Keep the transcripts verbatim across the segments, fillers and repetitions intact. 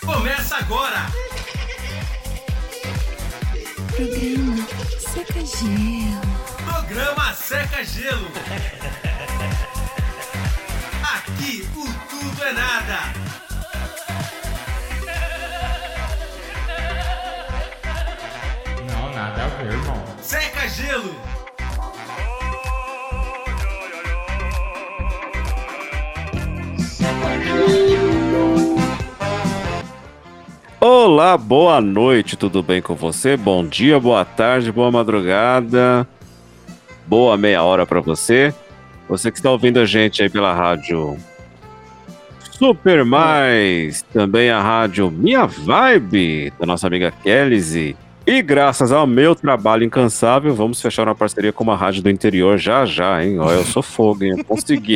Começa agora! Programa Seca Gelo. Programa Seca Gelo. Aqui o tudo é nada. Não, nada a ver, irmão. Seca Gelo. Olá, boa noite, tudo bem com você? Bom dia, boa tarde, boa madrugada, boa meia hora pra você. Você que está ouvindo a gente aí pela rádio Super Mais, também a rádio Minha Vibe, da nossa amiga Kelly. E graças ao meu trabalho incansável, vamos fechar uma parceria com uma rádio do interior já já, hein? Ó, eu sou fogo, hein? Eu consegui.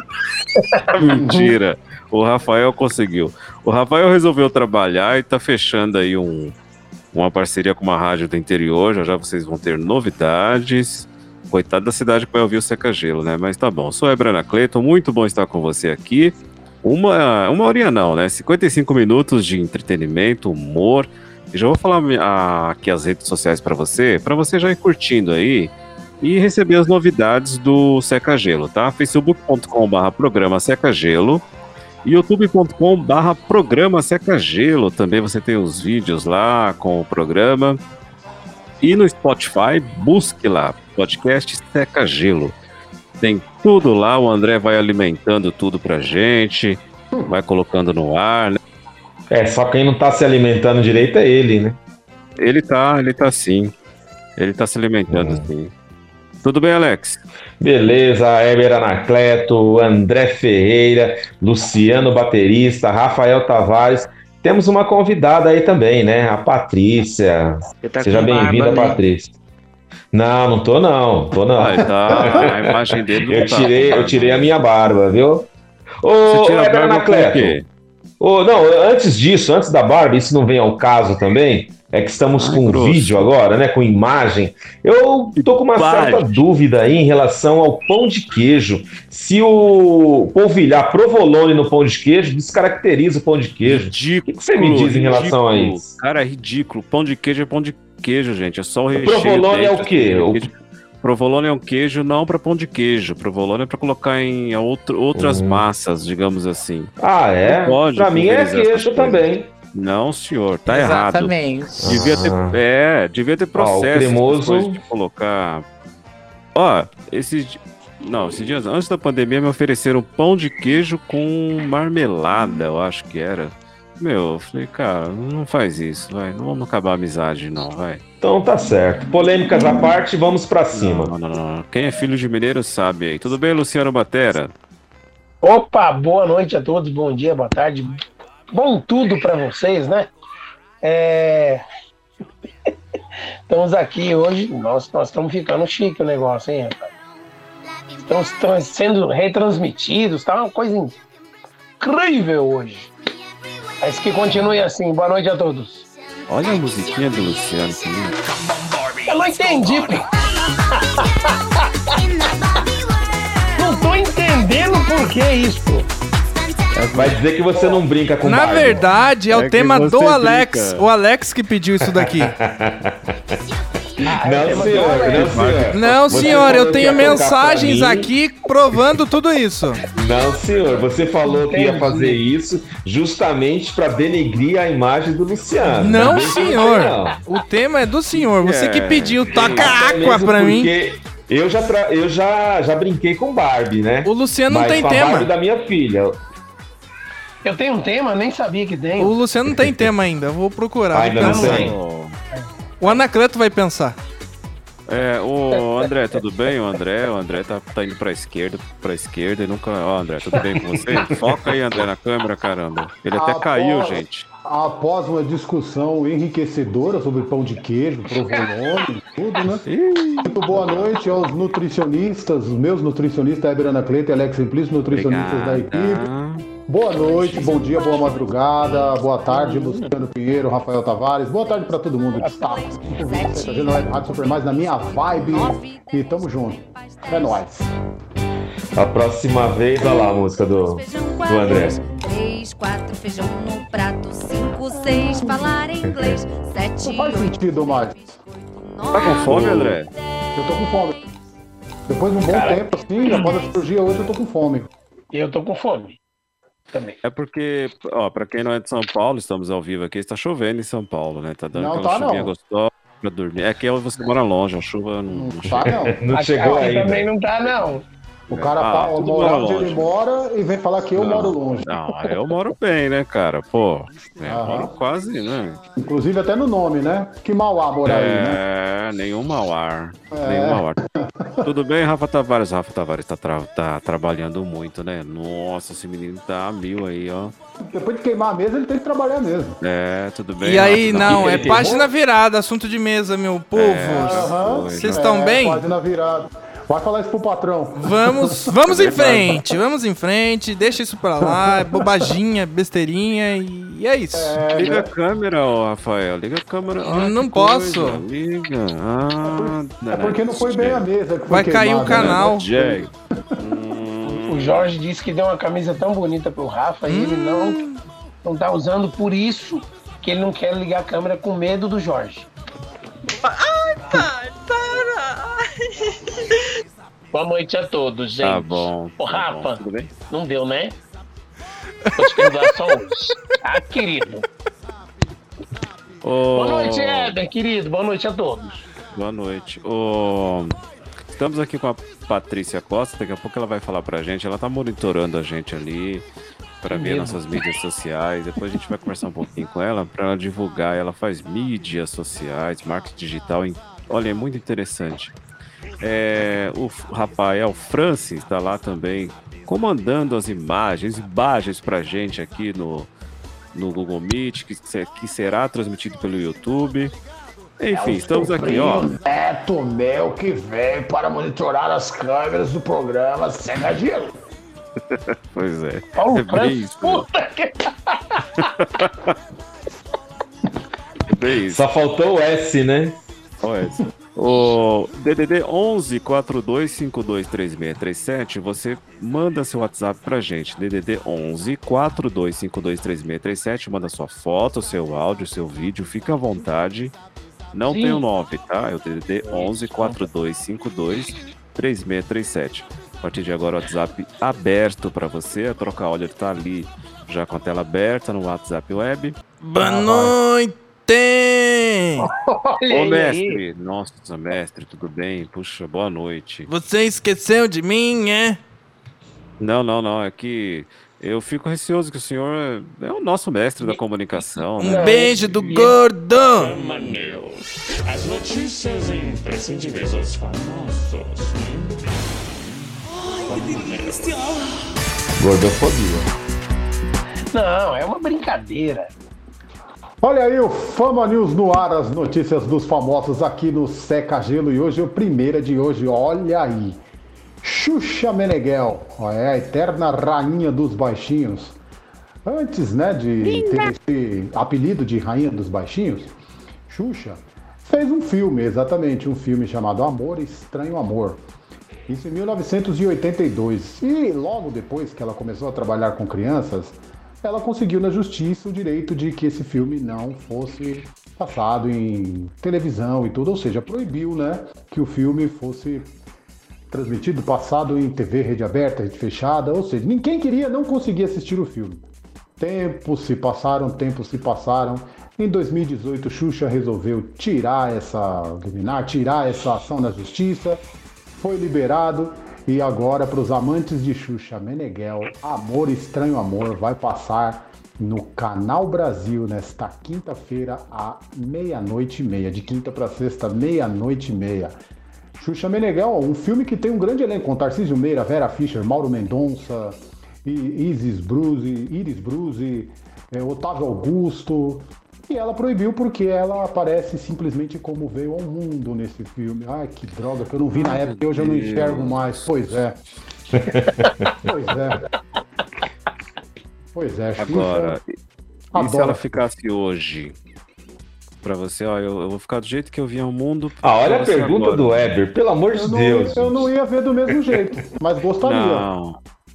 Mentira. O Rafael conseguiu. O Rafael resolveu trabalhar e tá fechando aí um, uma parceria com uma rádio do interior. Já já vocês vão ter novidades. Coitado da cidade que vai ouvir o Seca Gelo, né? Mas tá bom. Sou Heber Anacleto, muito bom estar com você aqui. Uma, uma horinha não, né? cinquenta e cinco minutos de entretenimento, humor. E já vou falar a, aqui as redes sociais para você, para você já ir curtindo aí e receber as novidades do Seca Gelo, tá? facebook ponto com barra programa Seca Gelo, youtube ponto com barra programa Seca Gelo, também você tem os vídeos lá com o programa. E no Spotify, busque lá, podcast Seca Gelo. Tem tudo lá, o André vai alimentando tudo pra gente, vai colocando no ar, né? É, só quem não tá se alimentando direito é ele, né? Ele tá, ele tá sim. Ele tá se alimentando Hum. sim. Tudo bem, Alex? Beleza, Heber Anacleto, André Ferreira, Luciano Baterista, Rafael Tavares. Temos uma convidada aí também, né? A Patrícia. Tá Seja bem-vinda, barba, né? Patrícia. Não, não tô não, tô não. Ah, tá, a imagem dele não Eu tá. tirei, eu tirei a minha barba, viu? Ô, Você tira a Heber barba por Anacleto. quê? Ô, não, antes disso, antes da barba, isso não vem ao caso também, é que estamos Ai, com grosso. vídeo agora, né, com imagem. Eu tô com uma Imagem. certa dúvida aí em relação ao pão de queijo. Se o polvilhar provolone no pão de queijo descaracteriza o pão de queijo. Ridículo. O que você me diz em relação a ridículo. isso? Cara, é ridículo. Pão de queijo é pão de queijo, gente. É só o recheio. Provolone é dentro, o quê? assim, O- queijo. Provolone é um queijo não para pão de queijo. Provolone é para colocar em outro, outras Hum. massas, digamos assim. Ah, é? Não pode Pra mim é pulverizar essas queijo coisas. também. Não, senhor, tá errado. Exatamente. Devia ter, Ah. é, devia ter processo. Ó, o cremoso- essas coisas de colocar. Ó, esses, di- não, esses dias antes da pandemia me ofereceram pão de queijo com marmelada, eu acho que era. Meu, eu falei, cara, não faz isso, vai, não vamos acabar a amizade, não, vai. Então tá certo. Polêmicas à parte, vamos pra cima. Não, não, não, não. Quem é filho de mineiro sabe aí. Tudo bem, Luciano Batera? Opa, boa noite a todos, bom dia, boa tarde, bom tudo para vocês, né? É... Estamos aqui hoje, nós, nós estamos ficando chique o negócio, hein, rapaz? Estamos trans- sendo retransmitidos, tá uma coisa incrível hoje. Mas que continue assim, boa noite a todos. Olha a musiquinha do Luciano, que lindo. Eu não entendi, pô. Não tô entendendo por que isso, pô. Vai dizer que você não brinca com Na Barbie. verdade, é, É o que tema você do Alex. brinca. O Alex que pediu isso daqui. Não, senhor, não, senhor. Não, Você senhor, falou eu que tenho ia tocar mensagens pra mim. aqui provando tudo isso. Não, senhor, você falou que ia Entendi. fazer isso justamente para denegrir a imagem do Luciano. Não, Também que senhor. não. O tema é do senhor. Você que É. pediu, toca Até água mesmo pra mim. porque Eu já, tra... eu já, já brinquei com Barbie, né? O Luciano não Mas tem com a tema. Barbie da minha filha. Eu tenho um tema, nem sabia que tem. O Luciano não tem tema ainda. Eu vou procurar. Ainda vou não pensar. tem. O Anacleto vai pensar. É, o André, tudo bem? O André, o André tá, tá indo pra esquerda, pra esquerda e nunca... Ó, André, tudo bem com você? Foca aí, André, na câmera, caramba. Ele até Após- caiu, gente. Após uma discussão enriquecedora sobre pão de queijo, provolone, tudo, né? Muito boa noite aos nutricionistas, os meus nutricionistas, Heber Anacleto e Alex Simplício, nutricionistas da equipe. Obrigada. Boa noite, bom dia, boa madrugada, boa tarde, Luciano Pinheiro, Rafael Tavares, boa tarde pra todo mundo que está fazendo a Rádio Super Mais na minha vibe e tamo junto. É nóis. A próxima vez, olha lá a música do, do André. três, quatro, feijão no prato, cinco cinco, seis, falar inglês. Sete, Não faz sentido mais. Tá com fome, André? Eu tô com fome. Depois de um bom Cara. tempo, assim, após a cirurgia hoje, eu tô com fome. Eu tô com fome. Também. É porque, ó, pra quem não é de São Paulo, estamos ao vivo aqui, está chovendo em São Paulo, né? Tá dando Não aquela tá, chuvinha não. gostosa pra dormir. É que você mora longe, a chuva não, Não não tá, chega. não. Não Aqui- chegou aqui ainda. também não tá, não. O cara Ah, fala, tudo mora mora onde longe. ele mora e vem falar que eu Não. moro longe. Não, eu moro bem, né, cara? Pô, eu Aham. moro quase, né? Inclusive até no nome, né? Que Mauá morar aí, né? É, nenhum mau ar. É. Nenhum mau ar. Tudo bem, Rafa Tavares? Rafa Tavares tá, tra- tá trabalhando muito, né? Nossa, esse menino tá a mil aí, ó. Depois de queimar a mesa, ele tem que trabalhar mesmo. É, tudo bem. E aí, Rafa? não, é ele queimou? página virada, assunto de mesa, meu povo. É, já Aham. foi, Vocês já. estão bem? Quase na virada. Vai falar isso pro patrão. Vamos, vamos em frente, vamos em frente, deixa isso pra lá, é bobaginha, besteirinha e, e é isso. É, Liga a né? câmera, ó, Rafael. Liga a câmera. Ah, Não que posso. coisa. Liga. Ah, É porque não foi bem a mesa que foi Vai cair o queimada, né? canal. Jack. O Jorge disse que deu uma camisa tão bonita pro Rafa e ele não, não tá usando por isso que ele não quer ligar a câmera com medo do Jorge. Ai, pai, para! Boa noite a todos, gente. Tá bom. Ô, tá Rafa, bom, tudo bem? não deu, né? Vou te perdoar só hoje. Ah, querido. Ô, Boa noite, Éder, querido. Boa noite a todos. Boa noite. Ô, estamos aqui com a Patrícia Costa. Daqui a pouco ela vai falar pra gente. Ela tá monitorando a gente ali pra ver Medo. nossas mídias sociais. Depois a gente vai conversar um pouquinho com ela pra ela divulgar. Ela faz mídias sociais, marketing digital. em- Olha, é muito interessante. É, o F- Rafael Francis está lá também comandando as imagens, imagens pra gente aqui no, no Google Meet, que, se- que será transmitido pelo YouTube. Enfim, estamos aqui, ó. Neto meu que veio para monitorar as câmeras do programa Seca Gelo. Pois é. Paulo É bem Francis, isso, né? puta que... É bem isso. Só faltou o S, né? Olha essa. O D D D onze quatro dois cinco dois três seis três sete, você manda seu WhatsApp pra gente. D D D onze quatro dois cinco dois três seis três sete, manda sua foto, seu áudio, seu vídeo, fica à vontade. Não Sim. tem o nove, tá? É o D D D onze quatro dois cinco dois três seis três sete. A partir de agora o WhatsApp aberto pra você. A Troca Óleo tá ali já com a tela aberta no WhatsApp Web. Boa noite! Olha Ô ele aí. mestre, nossa mestre, tudo bem? Puxa, boa noite. Você esqueceu de mim, é? Não, não, não, é que eu fico receoso que o senhor é o nosso mestre da comunicação, Um né? beijo do gordo! As notícias imprescindíveis dos famosos. Gordofobia. Não, é uma brincadeira. Olha aí o Fama News no ar, as notícias dos famosos aqui no Seca Gelo. E hoje é o primeiro de hoje, olha aí. Xuxa Meneghel, ó, é a eterna rainha dos baixinhos. Antes, né, de ter esse apelido de rainha dos baixinhos, Xuxa fez um filme, exatamente, um filme chamado Amor, Estranho Amor. Isso em mil novecentos e oitenta e dois. E logo depois que ela começou a trabalhar com crianças, ela conseguiu na justiça o direito de que esse filme não fosse passado em televisão e tudo, ou seja, proibiu, né, que o filme fosse transmitido, passado em T V, rede aberta, rede fechada, ou seja, ninguém queria, não conseguia assistir o filme. Tempos se passaram, tempos se passaram. Em dois mil e dezoito, Xuxa resolveu tirar essa liminar, tirar essa ação na justiça, foi liberado e agora, para os amantes de Xuxa Meneghel, Amor, Estranho Amor vai passar no Canal Brasil nesta quinta-feira à meia-noite e meia, de quinta para sexta, meia-noite e meia. Xuxa Meneghel, um filme que tem um grande elenco, com Tarcísio Meira, Vera Fischer, Mauro Mendonça, I- Isis Bruzi, Iris Bruzi, eh, Otávio Augusto. E ela proibiu porque ela aparece simplesmente como veio ao mundo nesse filme. Ai, que droga, que eu não vi na época e hoje eu não enxergo mais. Pois é. Pois é. Pois é, Xuxa. Agora, e, e se adora. ela ficasse hoje pra você, ó, eu, eu vou ficar do jeito que eu vi ao mundo. Ah, olha pra a você pergunta agora. do Weber, pelo amor Eu de não, Deus. eu não ia ver do mesmo jeito, mas gostaria. Não,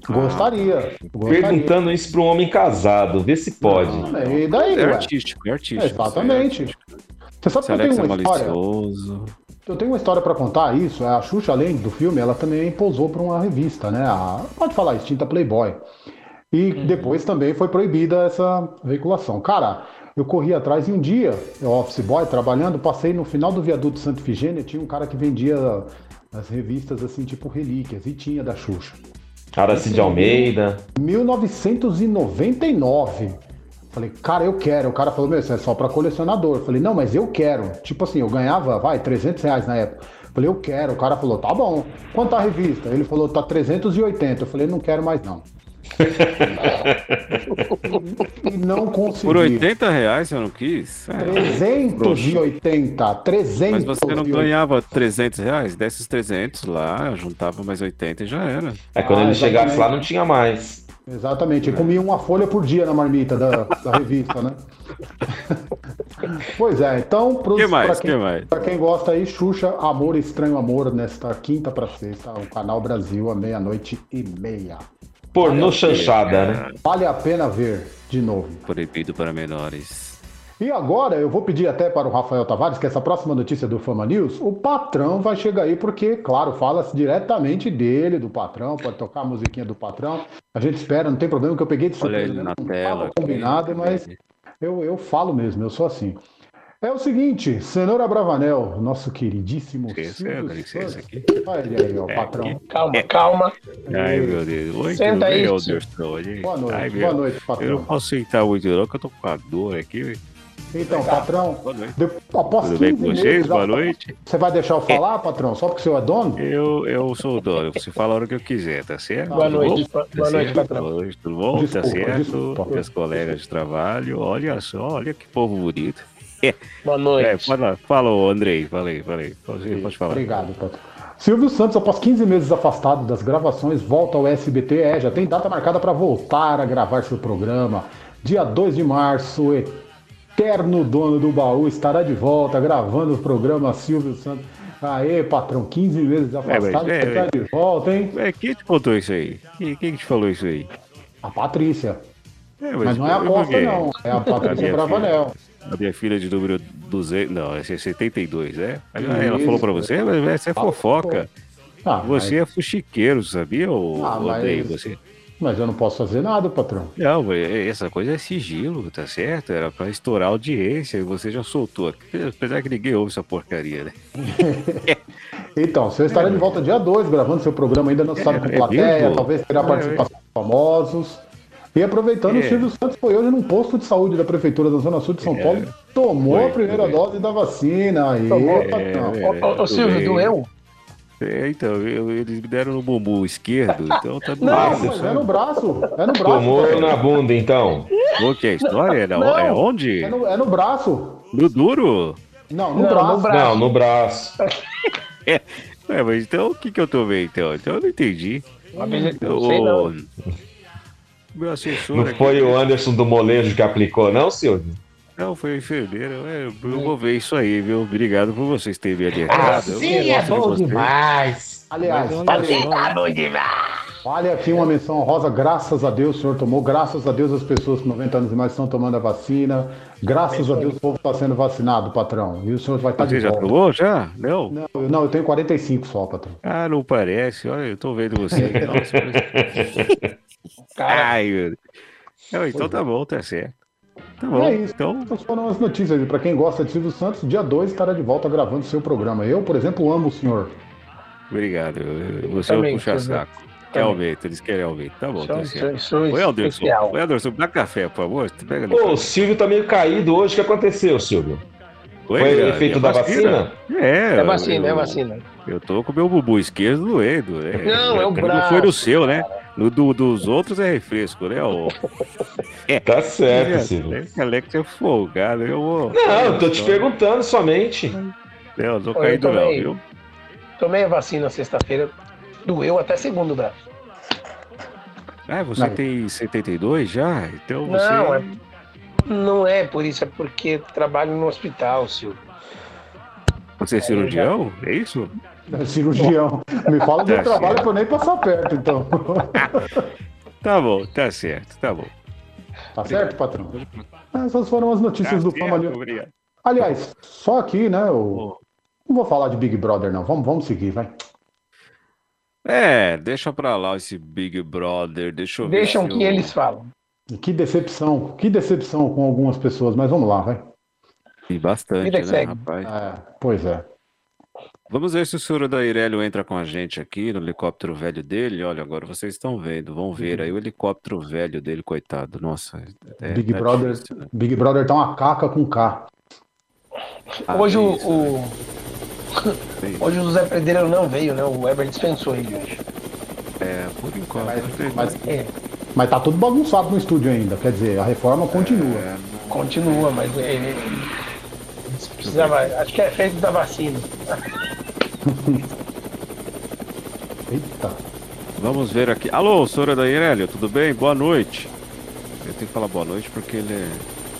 Gostaria. gostaria. Perguntando isso para um homem casado, vê se pode. Ah, e daí, É ué? artístico, é artístico. Exatamente. Você sabe Se que eu Alex tenho é uma história? malicioso. Eu tenho uma história pra contar isso. A Xuxa, além do filme, ela também posou pra uma revista, né? A, pode falar, extinta Playboy. E depois também foi proibida essa veiculação. Cara, eu corri atrás e um dia, eu office boy, trabalhando, passei no final do viaduto de Santa Ifigênia, tinha um cara que vendia as revistas assim, tipo relíquias, e tinha da Xuxa. Aracide Almeida. mil novecentos e noventa e nove. Falei, cara, eu quero. O cara falou, meu, isso é só pra colecionador. Eu falei, não, mas eu quero. Tipo assim, eu ganhava, vai, trezentos reais na época. Eu falei, eu quero. O cara falou, tá bom. Quanto tá a revista? Ele falou, tá trezentos e oitenta. Eu falei, não quero mais não. E não consegui. Por oitenta reais você não quis? É. trezentos e oitenta. trezentos. Mas você não ganhava trezentos reais? Desses trezentos lá, eu juntava mais oitenta e já era. Aí quando Ah, ele chegasse exatamente. lá não tinha mais. Exatamente, eu comia uma folha por dia na marmita da, da revista, né? Pois é, então, pros, Que mais? pra, quem, Que mais? pra quem gosta aí, Xuxa, Amor, Estranho Amor, nesta quinta pra sexta, o Canal Brasil, à meia-noite e meia. Pornô chanchada, né? Vale a pena ver de novo. Proibido para menores. E agora, eu vou pedir até para o Rafael Tavares, que essa próxima notícia do Fama News, o patrão vai chegar aí, porque, claro, fala-se diretamente dele, do patrão, pode tocar a musiquinha do patrão. A gente espera, não tem problema, que eu peguei de Olha surpresa, ele né? na Não tela. tava aqui. combinado, mas eu, eu falo mesmo, eu sou assim. É o seguinte, Cenoura Bravanel, nosso queridíssimo Licença, Silvio dá licença Santos. aqui. Olha ele aí, ó, É, patrão. aqui. Calma, calma. Ai, meu Deus. Oi, Senta tudo aí, bem, tio. Alderson? Hoje? Boa noite, Ai, boa meu, noite, eu não patrão. posso sentar muito não, que eu tô com a dor aqui. Então, patrão, Boa noite. de- após Tudo bem quinze com vocês? meses, Boa a- noite. Você vai deixar eu falar, patrão, só porque o senhor é dono? Eu, eu sou o dono, você fala a hora que eu quiser, tá certo? Boa Tudo noite, bom? boa Tá noite, certo? patrão. Boa noite, tudo bom? Desculpa, tá certo? desculpa. Meus colegas de trabalho, olha só, olha que povo bonito. Boa noite. É, fala, fala, ô, Andrei, falei, falei. Pode, pode falar. Obrigado, patrão. Silvio Santos, após quinze meses afastado das gravações, volta ao S B T. É, já tem data marcada para voltar a gravar seu programa. Dia dois de março, o eterno dono do baú estará de volta gravando o programa Silvio Santos. Aê, patrão, quinze meses afastado, É, mas, é, você tá de volta, hein? É, quem te contou isso aí? Quem, quem que te falou isso aí? A Patrícia. É, Mas não é a por Costa, quê? não. É a A Patrícia minha Bravanel. A minha filha de número duzentos, não, esse é setenta e dois, né? Aí ela Isso. falou pra você, mas essa é fofoca. Ah, Você é fuxiqueiro, sabia, ô Ah, mas- Andrei? Você... mas eu não posso fazer nada, patrão. Não, é- essa coisa é sigilo, tá certo? Era pra estourar a audiência e você já soltou. Apesar que ninguém ouve essa porcaria, né? Então, você estará de volta dia dois, gravando seu programa, ainda não se sabe com é plateia, mesmo? talvez terá É, participação de famosos. E aproveitando, É. o Silvio Santos foi hoje num posto de saúde da Prefeitura da Zona Sul de São É. Paulo e tomou Foi, a primeira foi. dose da vacina. Aí, Tomou. patrão. É, Ô, ô, ô, tudo Silvio, bem. doeu? É, então, eu- eles me deram no bumbum esquerdo, então tá doendo, Não, mas é sabe? no braço. É no braço. Tomou patrão. na bunda, então. O que é a história? É, na- Não. é onde? É no, é no braço. No duro? Não, no Não, braço. no braço. Não, no braço. É, mas então o que que eu tomei então? Então eu não entendi. Uma vez eu O não sei não. meu assessor Não aqui- foi o Anderson do molejo que aplicou, não, Silvio? Não, foi a enfermeira. É, eu vou ver isso aí, viu? Obrigado por vocês terem me alertado. Eu gosto de vocês. Aliás, Mas olha vale, só, vale aqui uma menção honrosa, graças a Deus o senhor tomou, graças a Deus as pessoas com noventa anos e mais estão tomando a vacina, graças a Deus o povo está sendo vacinado, patrão, e o senhor vai estar de Você já volta. tomou? Já? Não? Não, eu- não, eu tenho quarenta e cinco só, patrão. Ah, não parece. Olha, eu tô vendo você. Nossa, parece... Ai, meu Deus. Não, então tá bom, tá certo. Tá bom, E é isso. então... Essas foram as notícias. Para quem gosta de Silvio Santos, dia dois estará de volta gravando seu programa. Eu, por exemplo, amo o senhor. Obrigado. eu- Você é Também, o puxa-saco. Quer Também. aumento, eles querem aumento. Tá bom, Sou, tá sou, certo. sou Oi, Anderson. especial. Oi, Anderson, dá café, por favor. Pega ali. Ô, o Silvio tá meio caído hoje. O que aconteceu, Silvio? Oi, Foi a efeito minha da vacina? É, É vacina, eu, é vacina. Eu tô com o meu bubu esquerdo doendo. Né? Não, é o Não braço. foi no seu, né? No do, dos outros é refresco, né? O... Tá certo, Silvio. Esse Alex é folgado. Eu vou... Não, eu tô te perguntando somente. Não, eu tô Eu caído não, também. viu? Tomei a vacina sexta-feira, doeu até segundo braço. Ah, você Não. tem setenta e dois já? Então você... Não, é, não é por isso, é porque trabalho no hospital, Silvio. Você é cirurgião? É isso? É cirurgião. Me fala do Tá trabalho certo. pra eu nem passar perto, então. Tá bom, tá certo, tá bom. Tá certo, patrão? Essas foram as notícias do Fama News. Obrigado. Aliás, só aqui, né? Eu... Não vou falar de Big Brother, não. Vamos, vamos seguir, vai. É, deixa pra lá esse Big Brother, deixa eu ver Deixam se que eu- eles falam. Que decepção, que decepção com algumas pessoas, mas vamos lá, vai. E bastante, Vida né, que segue. rapaz? É, pois é. Vamos ver se o senhor da Irélio entra com a gente aqui no helicóptero velho dele. Olha, agora vocês estão vendo, vão ver aí o helicóptero velho dele, coitado. Nossa, é, Big, tá Brother, difícil, né? Big Brother tá uma caca com K. Ah, Hoje o, isso, o- Bem, hoje o José Pedreiro não veio, né? O Weber dispensou ele hoje. É, por enquanto. não tem- Mas, É, mas tá tudo bagunçado no estúdio ainda. Quer dizer, a reforma continua. É, continua, mas ele, ele precisava. Acho que é efeito da vacina. Eita. Vamos ver aqui. Alô, senhora da Irélio, tudo bem? Boa noite. Eu tenho que falar boa noite porque ele é.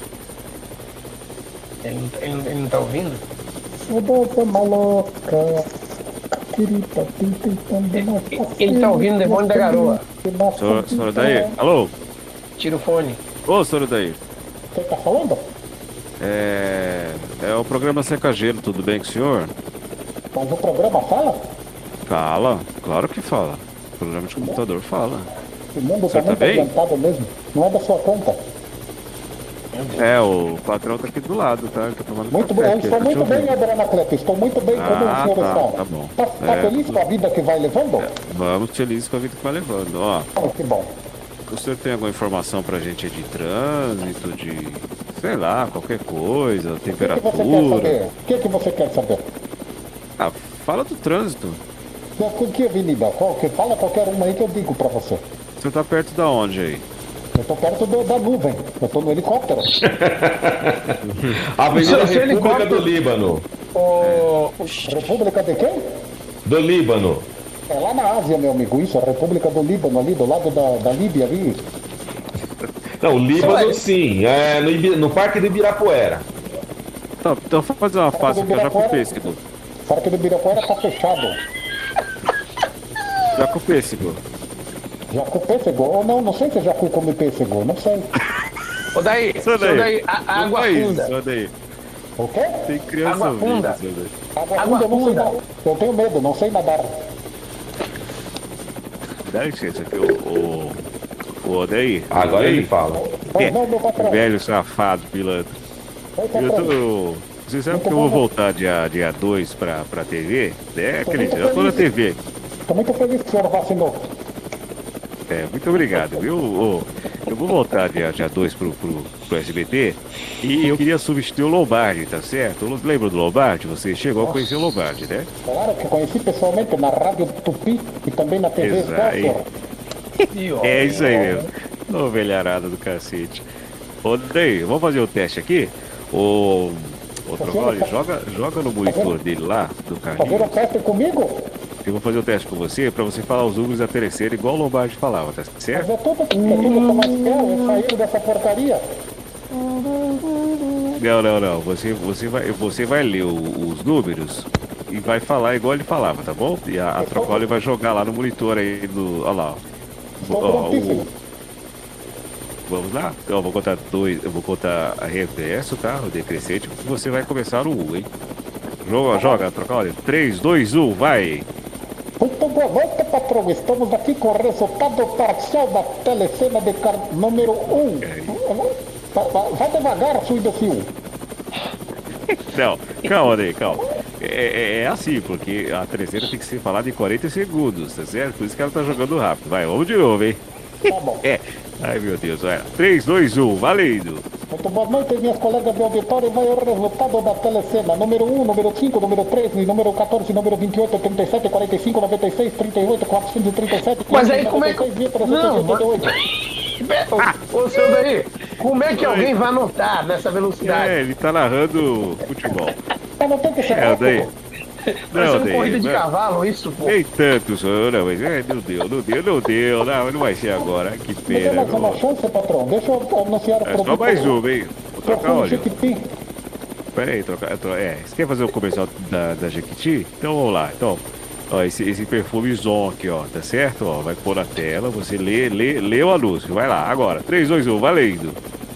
Ele, não- ele, não- ele não tá ouvindo? Você maluca. Querida, tenta entender. Ele tá ouvindo o demônio da garoa. Senhora, senhora Daí? Alô? Tira o fone. Ô, senhora Daí. Você tá falando? É. É o programa Seca Gelo, tudo bem com o senhor? Mas o programa fala? Fala, claro que fala. O programa de computador fala. O mundo Você tá tá muito bem? adiantado mesmo. Não é da sua conta. É, o patrão tá aqui do lado, tá? Ele tá tomando Muito café bem, eu aqui, estou deixa muito eu bem, ver. Weber Anacleto. Estou muito bem. Como Ah, o senhor tá, está? tá bom. Tá, tá É, feliz tudo- com a vida que vai levando? Vamos felizes com a vida que vai levando. Ó, Ah, que bom. o senhor tem alguma informação pra gente aí de trânsito, de, sei lá, qualquer coisa, O que, que você quer temperatura? saber? O que, que você quer saber? Ah, fala do trânsito. Que, que avenida? Qual, que fala qualquer uma aí que eu digo pra você. O senhor tá perto da onde aí? Eu tô perto do- da nuvem. Eu tô no helicóptero. Avenida Seu- seu República helicóptero- do Líbano. O, República de quem? Do Líbano. É lá na Ásia, meu amigo. Isso, a República do Líbano, ali do lado da, da Líbia ali. Não, Líbano Vai. sim. É no, Ibi- no Parque do Ibirapuera. Então, então vou fazer uma fácil aqui, já com o pêssego. O Parque do Ibirapuera tá fechado. Já com o pêssego. Jacu pêssego? Ou não, não sei se é jacu come pêssego. Não sei. o daí, Senhor seu daí, daí, a, a não água faz isso, funda. senhor daí. O quê? Tem criança Água ouvindo, funda. senhor daí. Água, Água funda, eu não sei funda. nadar. Eu tenho medo, não sei nadar. Dá licença aqui, o. o... o daí. Agora ele fala. Não, não, meu patrão. Velho safado, pilantra. Oi, Eu patrão. tô. Você sabe que eu vou voltar dia, dia dois pra, pra T V? É, acredito, eu tô na T V. Tô muito feliz que o senhor vacinou. É, muito obrigado, viu? Ô, eu vou voltar dia, dia dois pro, pro, pro S B T e eu queria substituir o Lombardi, tá certo? Lembra do Lombardi? Você chegou a conhecer o Lombardi, né? Claro que conheci pessoalmente na Rádio Tupi e também na T V Exato. Sport. É isso aí mesmo. Ô, velharada do cacete. Ô, daí, vamos fazer o teste aqui? Ô, ô Trocoli, joga, joga no monitor dele lá, do Fazer carrinho. um teste comigo? Eu vou fazer o teste com você pra você falar os números da terceira igual o Lombardi falava, tá Mas certo? é tudo, é tudo que eu mais quero, é sair dessa porcaria. Não, não, não. Você, você, vai, você vai ler o- os números e vai falar igual ele falava, tá bom? E a, a Trocoli vai jogar lá no monitor aí do. Olha lá. Ó. Estou Ó, o- prontíssimo. vamos lá? Então, eu vou contar dois. Eu vou contar a reverso, tá? O decrescente. Você vai começar no um, hein? Joga, joga, Trocoli. três, dois, um, vai! Muito boa noite, patrão. Estamos aqui com o resultado parcial da telecena de car... número um. Vai devagar, seu imbecil. Não, calma aí, calma. É, é- é assim, porque a terceira tem que ser falada em quarenta segundos, tá certo? Por isso que ela tá jogando rápido. Vai, vamos de novo, hein? Tá bom. É. Ai, meu Deus, vai. três, dois, um, valendo! Muito boa noite, minhas colegas do auditório. Vai o resultado da telecena. Número um, número cinco, número três, número quatorze, número vinte e oito, trinta e sete, quarenta e cinco, noventa e seis, trinta e oito, quatrocentos e trinta e sete, Mas aí como é que. Não, oitenta e oito. ô, ô seu daí, como é que alguém vai anotar nessa velocidade? É, ele tá narrando futebol. Mas não tem que ser É, daí. rápido. Parece uma daí, corrida de não. cavalo, isso, pô. Nem tanto, senhor, não, mas é, não deu, não deu, não deu, não, não vai ser agora, que Me dê pena. mais uma Não. chance, patrão. Deixa eu anunciar o É produto. só mais uma, hein? Vou trocar Perfume óleo. Chiquiti. Pera aí, troca, tro- é, você quer fazer o comercial da, da Jequiti? Então vamos lá. Então, ó, esse, esse perfume Zon aqui, ó, tá certo? Ó, vai pôr na tela, você lê, lê, lê o anúncio. Vai lá, agora. três, dois, um, valendo.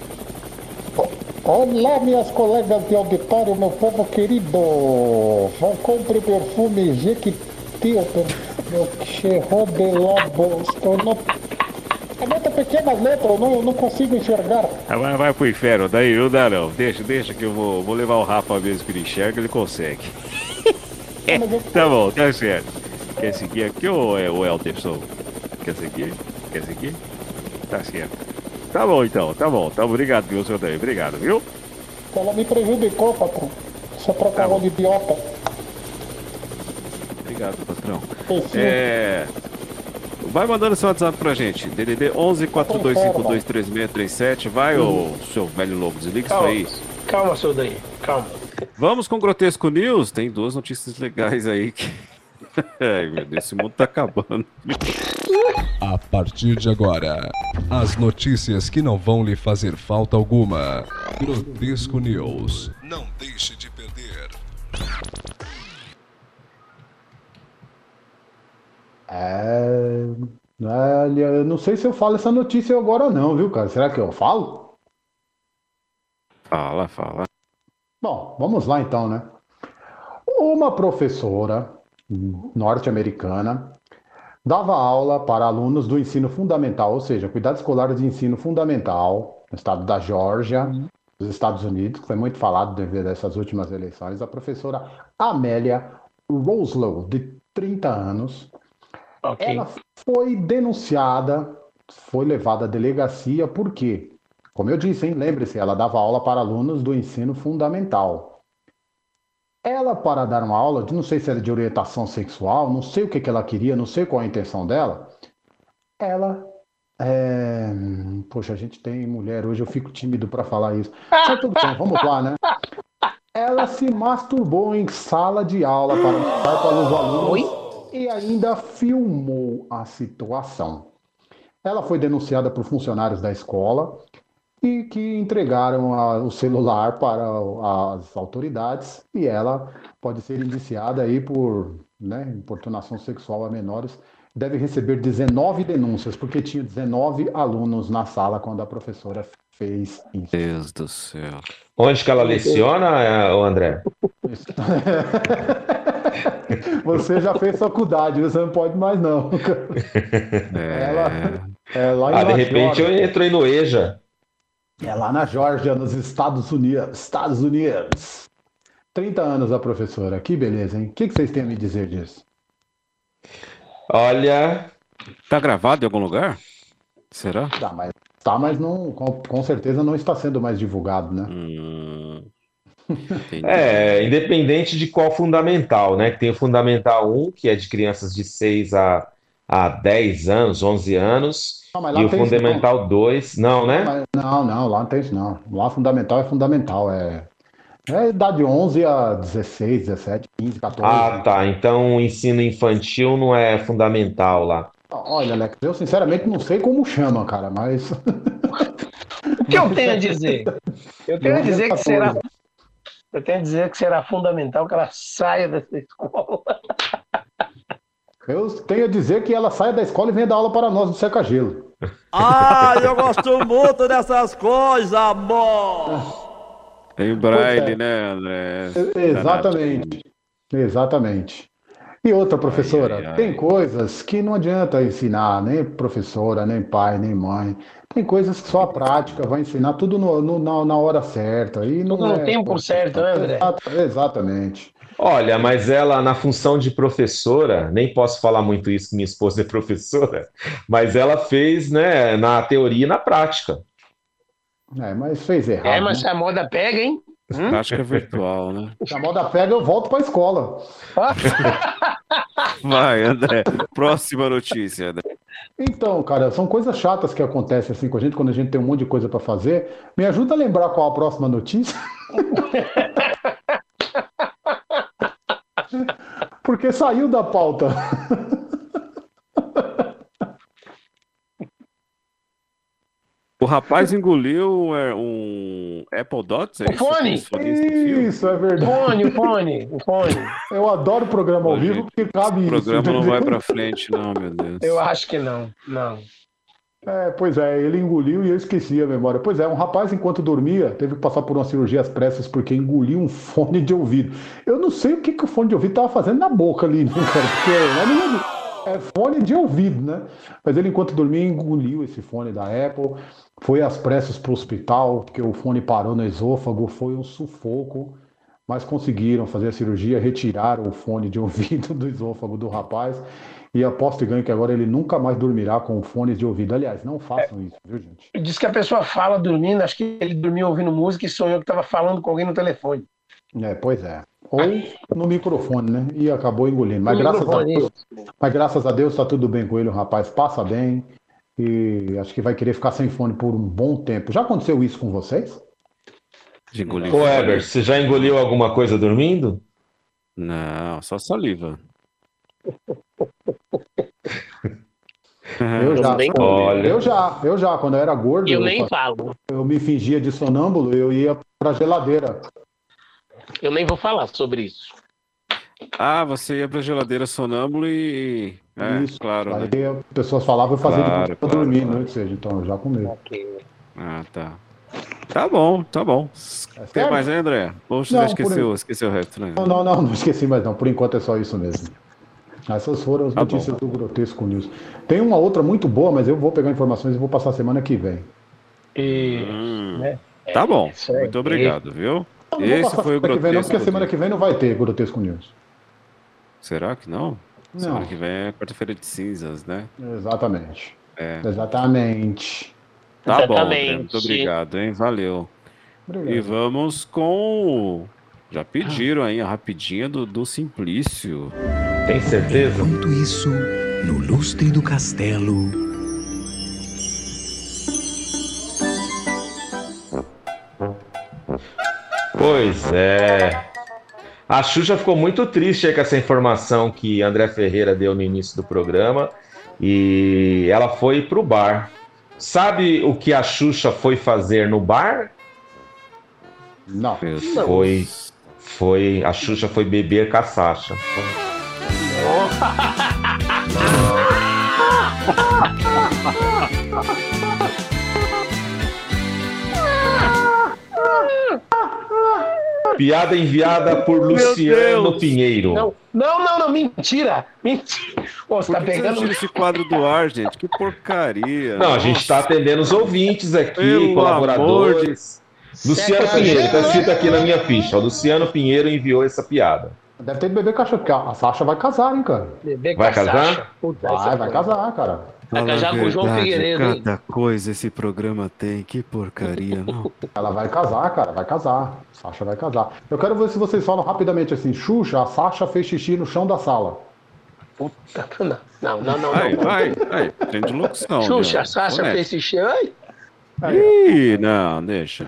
Olá, minhas colegas de auditório, meu povo querido. Vão compre perfume Jequiti, o perfume cheiro de lobo. Estou no... É muito pequenas letras, eu não, não consigo enxergar. Ah, Vai, vai pro inferno, daí não dá não. Deixa, deixa que eu vou, vou levar o Rafa mesmo que ele enxerga, ele consegue. É, tá bom, tá certo. Quer seguir aqui ou é o Elderson? Quer seguir? Quer seguir? Tá certo. Tá bom então, tá bom. Tá, obrigado, viu, senhor Daí? Obrigado, viu? Ela me prejudicou, patrão. Você trocava de idiota. Obrigado, patrão. Esse- É... Vai mandando seu WhatsApp pra gente. D D D onze quatro dois cinco dois três seis três sete. Vai, ô seu velho lobo, desliga isso Calma, aí. calma, seu daí, calma. Vamos com o Grotesco News. Tem duas notícias legais aí que... Ai, meu Deus, esse mundo tá acabando. A partir de agora, as notícias que não vão lhe fazer falta alguma. Grotesco News. Não deixe de perder. É... Olha, eu não sei se eu falo essa notícia agora não, viu, cara? Será que eu falo? Fala, fala. Bom, vamos lá então, né? Uma professora norte-americana dava aula para alunos do ensino fundamental, ou seja, cuidados escolares de ensino fundamental, no estado da Geórgia, nos Estados Unidos, que foi muito falado devido a essas últimas eleições. A professora Amélia Roslow, de trinta anos, Ok. ela foi denunciada, foi levada à delegacia, por quê? Como eu disse, hein? Lembre-se, ela dava aula para alunos do ensino fundamental. Ela, para dar uma aula, de- não sei se era de orientação sexual, não sei o que que ela queria, não sei qual a intenção dela, ela. É... Poxa, a gente tem mulher hoje, eu fico tímido para falar isso. Mas tudo bem, vamos lá, né? Ela se masturbou em sala de aula para mostrar para os alunos e ainda filmou a situação. Ela foi denunciada por funcionários da escola e que entregaram a- o celular para as autoridades e ela pode ser indiciada aí por, né, importunação sexual a menores. Deve receber dezenove denúncias, porque tinha dezenove alunos na sala quando a professora fez isso. Deus do céu. Onde que ela leciona, eh, ô André? Você já fez faculdade, você não pode mais não. Ela é lá em Ah, de La repente eu Georgia. entro aí no EJA. É lá na Geórgia, nos Estados Unidos. Estados Unidos. trinta anos a professora. Que beleza, hein? O que que vocês têm a me dizer disso? Olha, Tá gravado em algum lugar? Será? Tá, mas, tá, mas não, com, com certeza não está sendo mais divulgado, né? Hum, entendi. é, independente de qual fundamental, né? Que tem o Fundamental um, que é de crianças de seis a, a dez anos, onze anos, Não, mas lá e o tem isso, Fundamental dois, não, né? Mas- não, não, lá não tem isso não. Lá fundamental é fundamental. É, é idade onze a dezesseis, dezessete, quinze, quatorze. Ah, tá. Então o ensino infantil não é fundamental lá. Olha, Alex, eu sinceramente não sei como chama, cara, mas. O que eu tenho a dizer? Eu tenho a Não é dizer que essa será. coisa. Eu tenho a dizer que será fundamental que ela saia dessa escola. Eu tenho a dizer que ela saia da escola e venha dar aula para nós do Seca-Gelo. Ah, eu gosto muito dessas coisas, amor! Tem braille, Pois é. né, André? Exatamente. Exatamente. E outra, professora, Ai, ai, ai. tem coisas que não adianta ensinar, nem professora, nem pai, nem mãe. Tem coisas que só a prática vai ensinar tudo no- no- na, na hora certa. E não Tudo no é- tempo certo, né, André? Exato- Exatamente. Olha, mas ela, na função de professora, nem posso falar muito isso, que minha esposa é professora, mas ela fez, né, na teoria e na prática. É, mas fez errado. É, mas né? a moda pega, hein? Hum? Prática virtual, né? Se a moda pega, eu volto para a escola. Vai, André. Próxima notícia, André. Então, cara, são coisas chatas que acontecem assim com a gente quando a gente tem um monte de coisa para fazer. Me ajuda a lembrar qual a próxima notícia? Porque saiu da pauta. O rapaz engoliu é, um Apple Dots? É O fone? Isso, Isso, é verdade. O fone, o fone, o fone. Eu adoro programa ao vivo porque cabe O isso. programa não entendeu? vai pra frente, não, meu Deus. Eu acho que não, não. É, pois é, ele engoliu e eu esqueci a memória. Pois é, um rapaz, enquanto dormia, teve que passar por uma cirurgia às pressas porque engoliu um fone de ouvido. Eu não sei o que, que o fone de ouvido tava fazendo na boca ali, né, cara? Porque é fone de ouvido, né? Mas ele, enquanto dormia, engoliu esse fone da Apple, foi às pressas pro hospital, porque o fone parou no esôfago, foi um sufoco, mas conseguiram fazer a cirurgia, retiraram o fone de ouvido do esôfago do rapaz. E aposto e ganho que agora ele nunca mais dormirá com fones de ouvido. Aliás, não façam isso, viu, gente? Diz que a pessoa fala dormindo, acho que ele dormiu ouvindo música e sonhou que estava falando com alguém no telefone. É, pois é. Ou no microfone, né? E acabou engolindo. Mas, No graças a, microfone, Deus, mas graças a Deus tá tudo bem com ele, o rapaz passa bem. E acho que vai querer ficar sem fone por um bom tempo. Já aconteceu isso com vocês? De engolir Ô, fone. Heber, você já engoliu alguma coisa dormindo? Não, só saliva. Eu já, nem- Olha. eu já, eu já, quando eu era gordo, Eu eu, nem fa- falo. eu me fingia de sonâmbulo, eu ia pra geladeira. Eu nem vou falar sobre isso. Ah, você ia pra geladeira sonâmbulo e... É, Isso, claro, né? Aí as pessoas falavam eu fazia Claro, de pra claro, dormir, claro. né? Ou seja, então eu já comi. Ah, tá. Tá bom, tá bom. Tem sério? mais aí, André? Ou você Não, já por esqueceu, aí. esqueceu o resto, né? Não, não, não, não esqueci mais não. Por enquanto é só isso mesmo. Essas foram as Tá notícias do Grotesco News. Tem uma outra muito boa, mas eu vou pegar informações e vou passar semana que vem. E, Hum, né? Tá bom, isso aí. muito obrigado, viu? Não vou Esse passar foi o semana que vem não, Grotesco. porque semana que vem não vai ter Grotesco News. Será que não? Não. Semana que vem é quarta-feira de cinzas, né? Exatamente. É. Exatamente. Tá bom, Exatamente. André, muito obrigado, hein? Valeu. Obrigado. E vamos com... Já pediram aí a rapidinha do, do Simplício. Tem certeza? Enquanto isso, no lustre do castelo. Pois é. A Xuxa ficou muito triste aí com essa informação que André Ferreira deu no início do programa. E ela foi pro bar. Sabe o que a Xuxa foi fazer no bar? Não. Meu Foi. Foi. A Xuxa foi beber com a Sasha. Piada enviada por Luciano Deus. Pinheiro. Não, não, não, não, mentira. Mentira. Pô, você Por tá que você pegando. tira esse quadro do ar, gente? Que porcaria. Não, a gente está atendendo os ouvintes aqui, Pelo colaboradores. Luciano Seca Pinheiro, gelo. está escrito aqui na minha ficha. O Luciano Pinheiro enviou essa piada. Deve ter de beber cachorro, porque a Sasha vai casar, hein, cara? Bebê com Vai a casar? Sasha. Puta, essa Vai, vai foi. casar, cara. Vai casar com o João Figueiredo, hein? Cada coisa esse programa tem, que porcaria, não. Ela vai casar, cara, vai casar. Sasha vai casar. Eu quero ver se vocês falam rapidamente assim. Xuxa, a Sasha fez xixi no chão da sala. Puta, não, não, não, não. Vai, não. vai, vai. Tem de locução. Xuxa, né? a Sasha Honesto. fez xixi. Ai, Ih, não, deixa.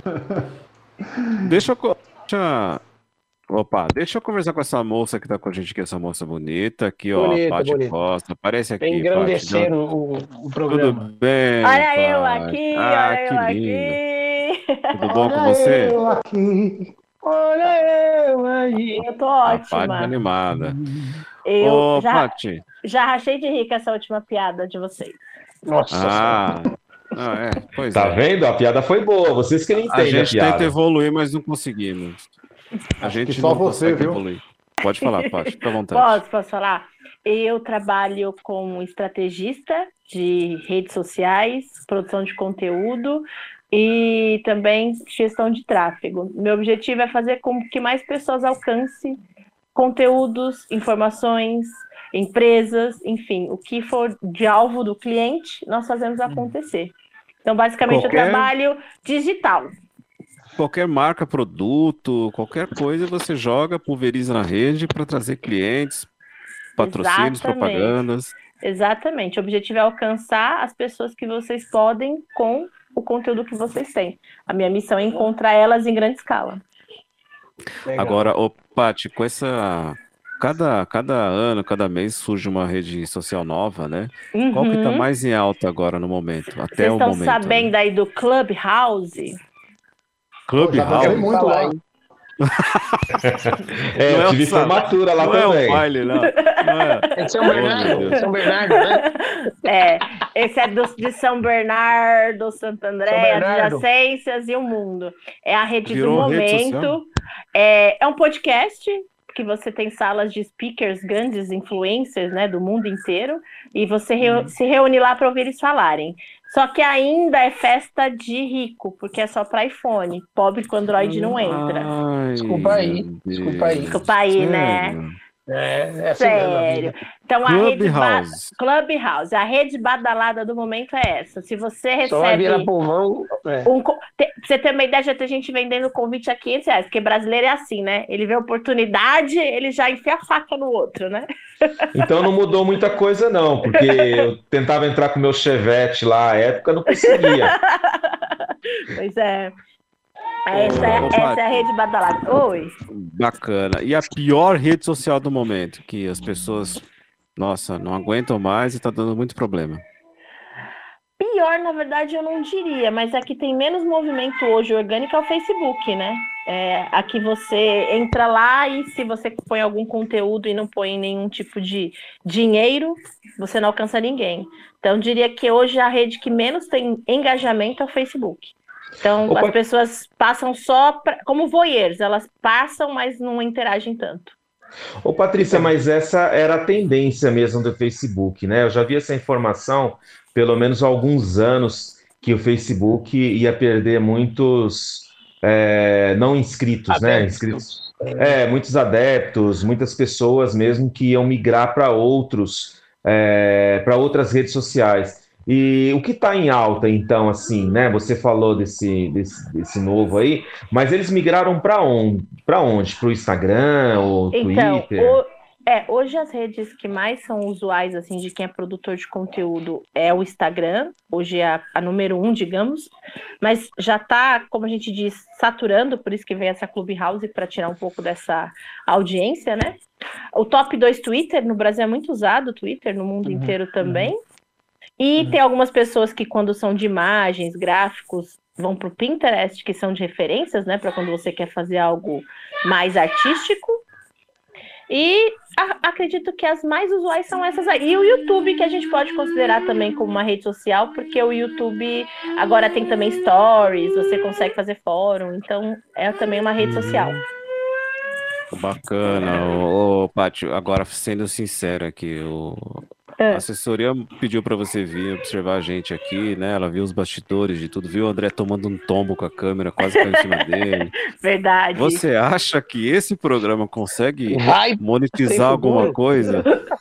Deixa eu. co- Deixa... Opa, deixa eu conversar com essa moça que tá com a gente aqui, essa moça bonita. Aqui, ó, Bonita, Paty bonita. Costa. Aparece aqui, Vem engrandecer Paty. o, o, o Tudo programa. bem? Olha eu Paty? aqui, Ah, olha eu que lindo. aqui. Tudo bom com você? Eu aqui. Olha eu aí. Eu tô A Paty ótima. animada. Eu Ô, já, Paty. já rachei de rir com essa última piada de vocês. Nossa Ah, ah, é, pois Tá é. vendo? A piada foi boa. Vocês que não A entendem a, gente piada. tenta evoluir, mas não conseguimos. A gente que só não você, consegue viu? evoluir. Pode falar, Paty, fica à vontade. Posso, posso falar? Eu trabalho como estrategista de redes sociais, produção de conteúdo e também gestão de tráfego. Meu objetivo é fazer com que mais pessoas alcancem conteúdos, informações, empresas, enfim, o que for de alvo do cliente, nós fazemos acontecer. Então, basicamente, Qualquer- eu trabalho digital. Qualquer marca, produto, qualquer coisa você joga, pulveriza na rede para trazer clientes, patrocínios, Exatamente. propagandas. Exatamente. O objetivo é alcançar as pessoas que vocês podem com o conteúdo que vocês têm. A minha missão é encontrar elas em grande escala. Legal. Agora, ô, Paty, com essa. Cada, cada ano, cada mês surge uma rede social nova, né? Qual que tá Uhum. mais em alta agora no momento? Até Vocês o estão momento. sabendo né? aí do Clubhouse? Clubhouse. muito lá. É, eu Não é tive o São- formatura lá não também. é o baile, não. Não é. É de São Bernardo, São Bernardo, né? É, esse é do, de São Bernardo, Santo André, São Bernardo. adjacências e o mundo. É a rede Virou do rede momento. social? É, é um podcast que você tem salas de speakers, grandes influencers, né, do mundo inteiro, e você reu- se reúne lá para ouvir eles falarem. Só que ainda é festa de rico, porque é só para iPhone. Pobre com Android não entra. Ai, Desculpa aí, meu desculpa aí. Deus. Desculpa aí, né? Sério? É, é assim mesmo a Sério. vida. Então a rede ba- Clubhouse. Clubhouse, a rede badalada do momento é essa. Se você Só vai virar recebe povão. É. um, co- te- pra você ter uma ideia, já tem gente vendendo convite a quinhentos reais, porque brasileiro é assim, né? Ele vê oportunidade, ele já enfia a faca no outro, né? Então não mudou muita coisa, não, porque eu tentava entrar com o meu Chevette lá à época, não conseguia. Pois é. Essa é, Ô, essa Paty. é a rede badalada. Oi. Bacana. E a pior rede social do momento, que as pessoas, nossa, não aguentam mais e tá dando muito problema. Pior, na verdade, eu não diria, mas aqui tem menos movimento hoje orgânico é o Facebook, né? É, aqui você entra lá e se você põe algum conteúdo e não põe nenhum tipo de dinheiro, você não alcança ninguém. Então, eu diria que hoje a rede que menos tem engajamento é o Facebook. Então, Opa. as pessoas passam só pra, como voyeurs, elas passam, mas não interagem tanto. Ô, Patrícia, mas essa era a tendência mesmo do Facebook, né? Eu já vi essa informação, pelo menos há alguns anos, que o Facebook ia perder muitos é, não inscritos, né? Adeptos. Inscritos. É, muitos adeptos, muitas pessoas mesmo que iam migrar para outros, é, para outras redes sociais. E o que está em alta, então, assim, né? Você falou desse, desse, desse novo aí, mas eles migraram para onde? Para onde? Para o Instagram ou Então, Twitter? o- é, hoje as redes que mais são usuais, assim, de quem é produtor de conteúdo é o Instagram, hoje é a, a número um, digamos, mas já tá, como a gente diz, saturando, por isso que vem essa Clubhouse para tirar um pouco dessa audiência, né? O top dois Twitter, no Brasil é muito usado, o Twitter, no mundo inteiro também. E tem algumas pessoas que, quando são de imagens, gráficos, vão para o Pinterest, que são de referências, né? Para quando você quer fazer algo mais artístico. E a- acredito que as mais usuais são essas aí. E o YouTube, que a gente pode considerar também como uma rede social, porque o YouTube agora tem também stories, você consegue fazer fórum, então é também uma rede social. Bacana. Ô, ô, Paty, agora sendo sincero aqui, o... É. a assessoria pediu para você vir observar a gente aqui, né? Ela viu os bastidores de tudo, viu o André tomando um tombo com a câmera, quase caiu em cima dele. Verdade. Você acha que esse programa consegue Vai, tem monetizar alguma futuro. coisa?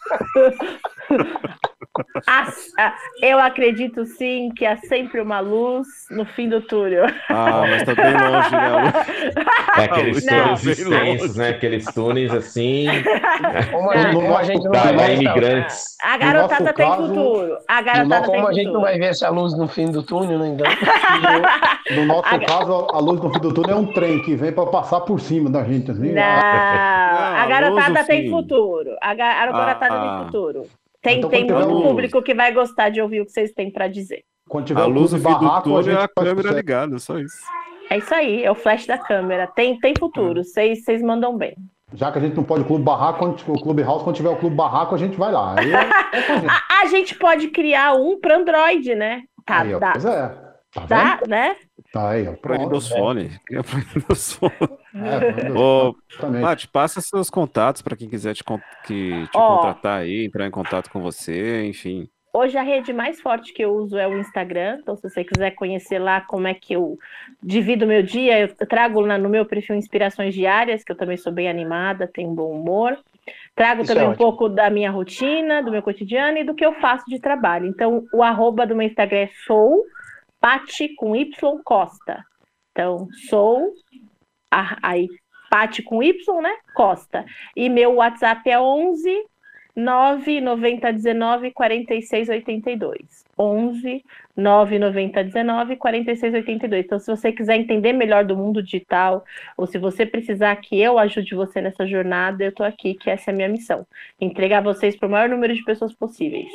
Ah, ah, eu acredito sim que há sempre uma luz no fim do túnel. Ah, mas tá bem longe, né? É aqueles Não. túneis extensos, né? Aqueles túneis assim, Como a gente, como a gente não da, vai da ver essa- imigrantes. A garotada nosso tem caso, futuro. A no garotada nosso- tem como a gente futuro. não vai ver essa luz no fim do túnel, né? Então, No nosso A- caso, a luz no fim do túnel é um trem que vem para passar por cima da gente. Assim. Não, a a garotada luz, tem sim. futuro. A, ga- a garotada Ah. tem futuro. Tem, Então, tem quando tiver muito luz. público que vai gostar de ouvir o que vocês têm para dizer. Quando tiver A o luz clube no fim do barraco, a túnel gente é a faz câmera sucesso. ligada, só isso. É isso aí, é o flash da câmera. Tem, tem futuro, vocês vocês mandam bem. Já que a gente não pode clube barraco, quando, o clube house, quando tiver o clube barraco, a gente vai lá. Aí, é- é com a gente. A, a gente pode criar um para Android, né? Tá, Aí, ó, dá, pois é. Tá dá, vendo? né? Tá aí, ó. Pra Pronto. Windows Phone. Cria pra Windows Phone. É, pra Windows Ô, Phone, exatamente. Paty, passa seus contatos para quem quiser te, con- que, te Ó. contratar aí, entrar em contato com você, enfim. Hoje a rede mais forte que eu uso é o Instagram, então se você quiser conhecer lá como é que eu divido o meu dia, eu trago lá no meu perfil inspirações diárias, que eu também sou bem animada, tenho um bom humor. Trago Isso também é um ótimo. pouco da minha rotina, do meu cotidiano e do que eu faço de trabalho. Então o arroba do meu Instagram é sou Paty com Y Costa. Então sou a- aí Paty com Y, né? Costa. E meu WhatsApp é onze nove noventa dezenove quarenta e seis oitenta e dois. onze nove noventa dezenove quarenta e seis oitenta e dois. Então, se você quiser entender melhor do mundo digital, ou se você precisar que eu ajude você nessa jornada, eu tô aqui, que essa é a minha missão. Entregar vocês para o maior número de pessoas possíveis.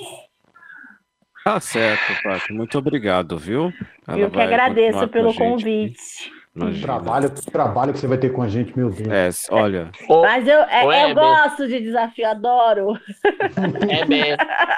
Tá certo, Paty. Muito obrigado, viu? Ela Eu que vai agradeço continuar com pelo a gente aqui. convite. Imagina. Trabalho, trabalho que você vai ter com a gente, meu Deus. É, olha. Mas eu, é, Ô, eu Heber. gosto de desafio, adoro. É bem.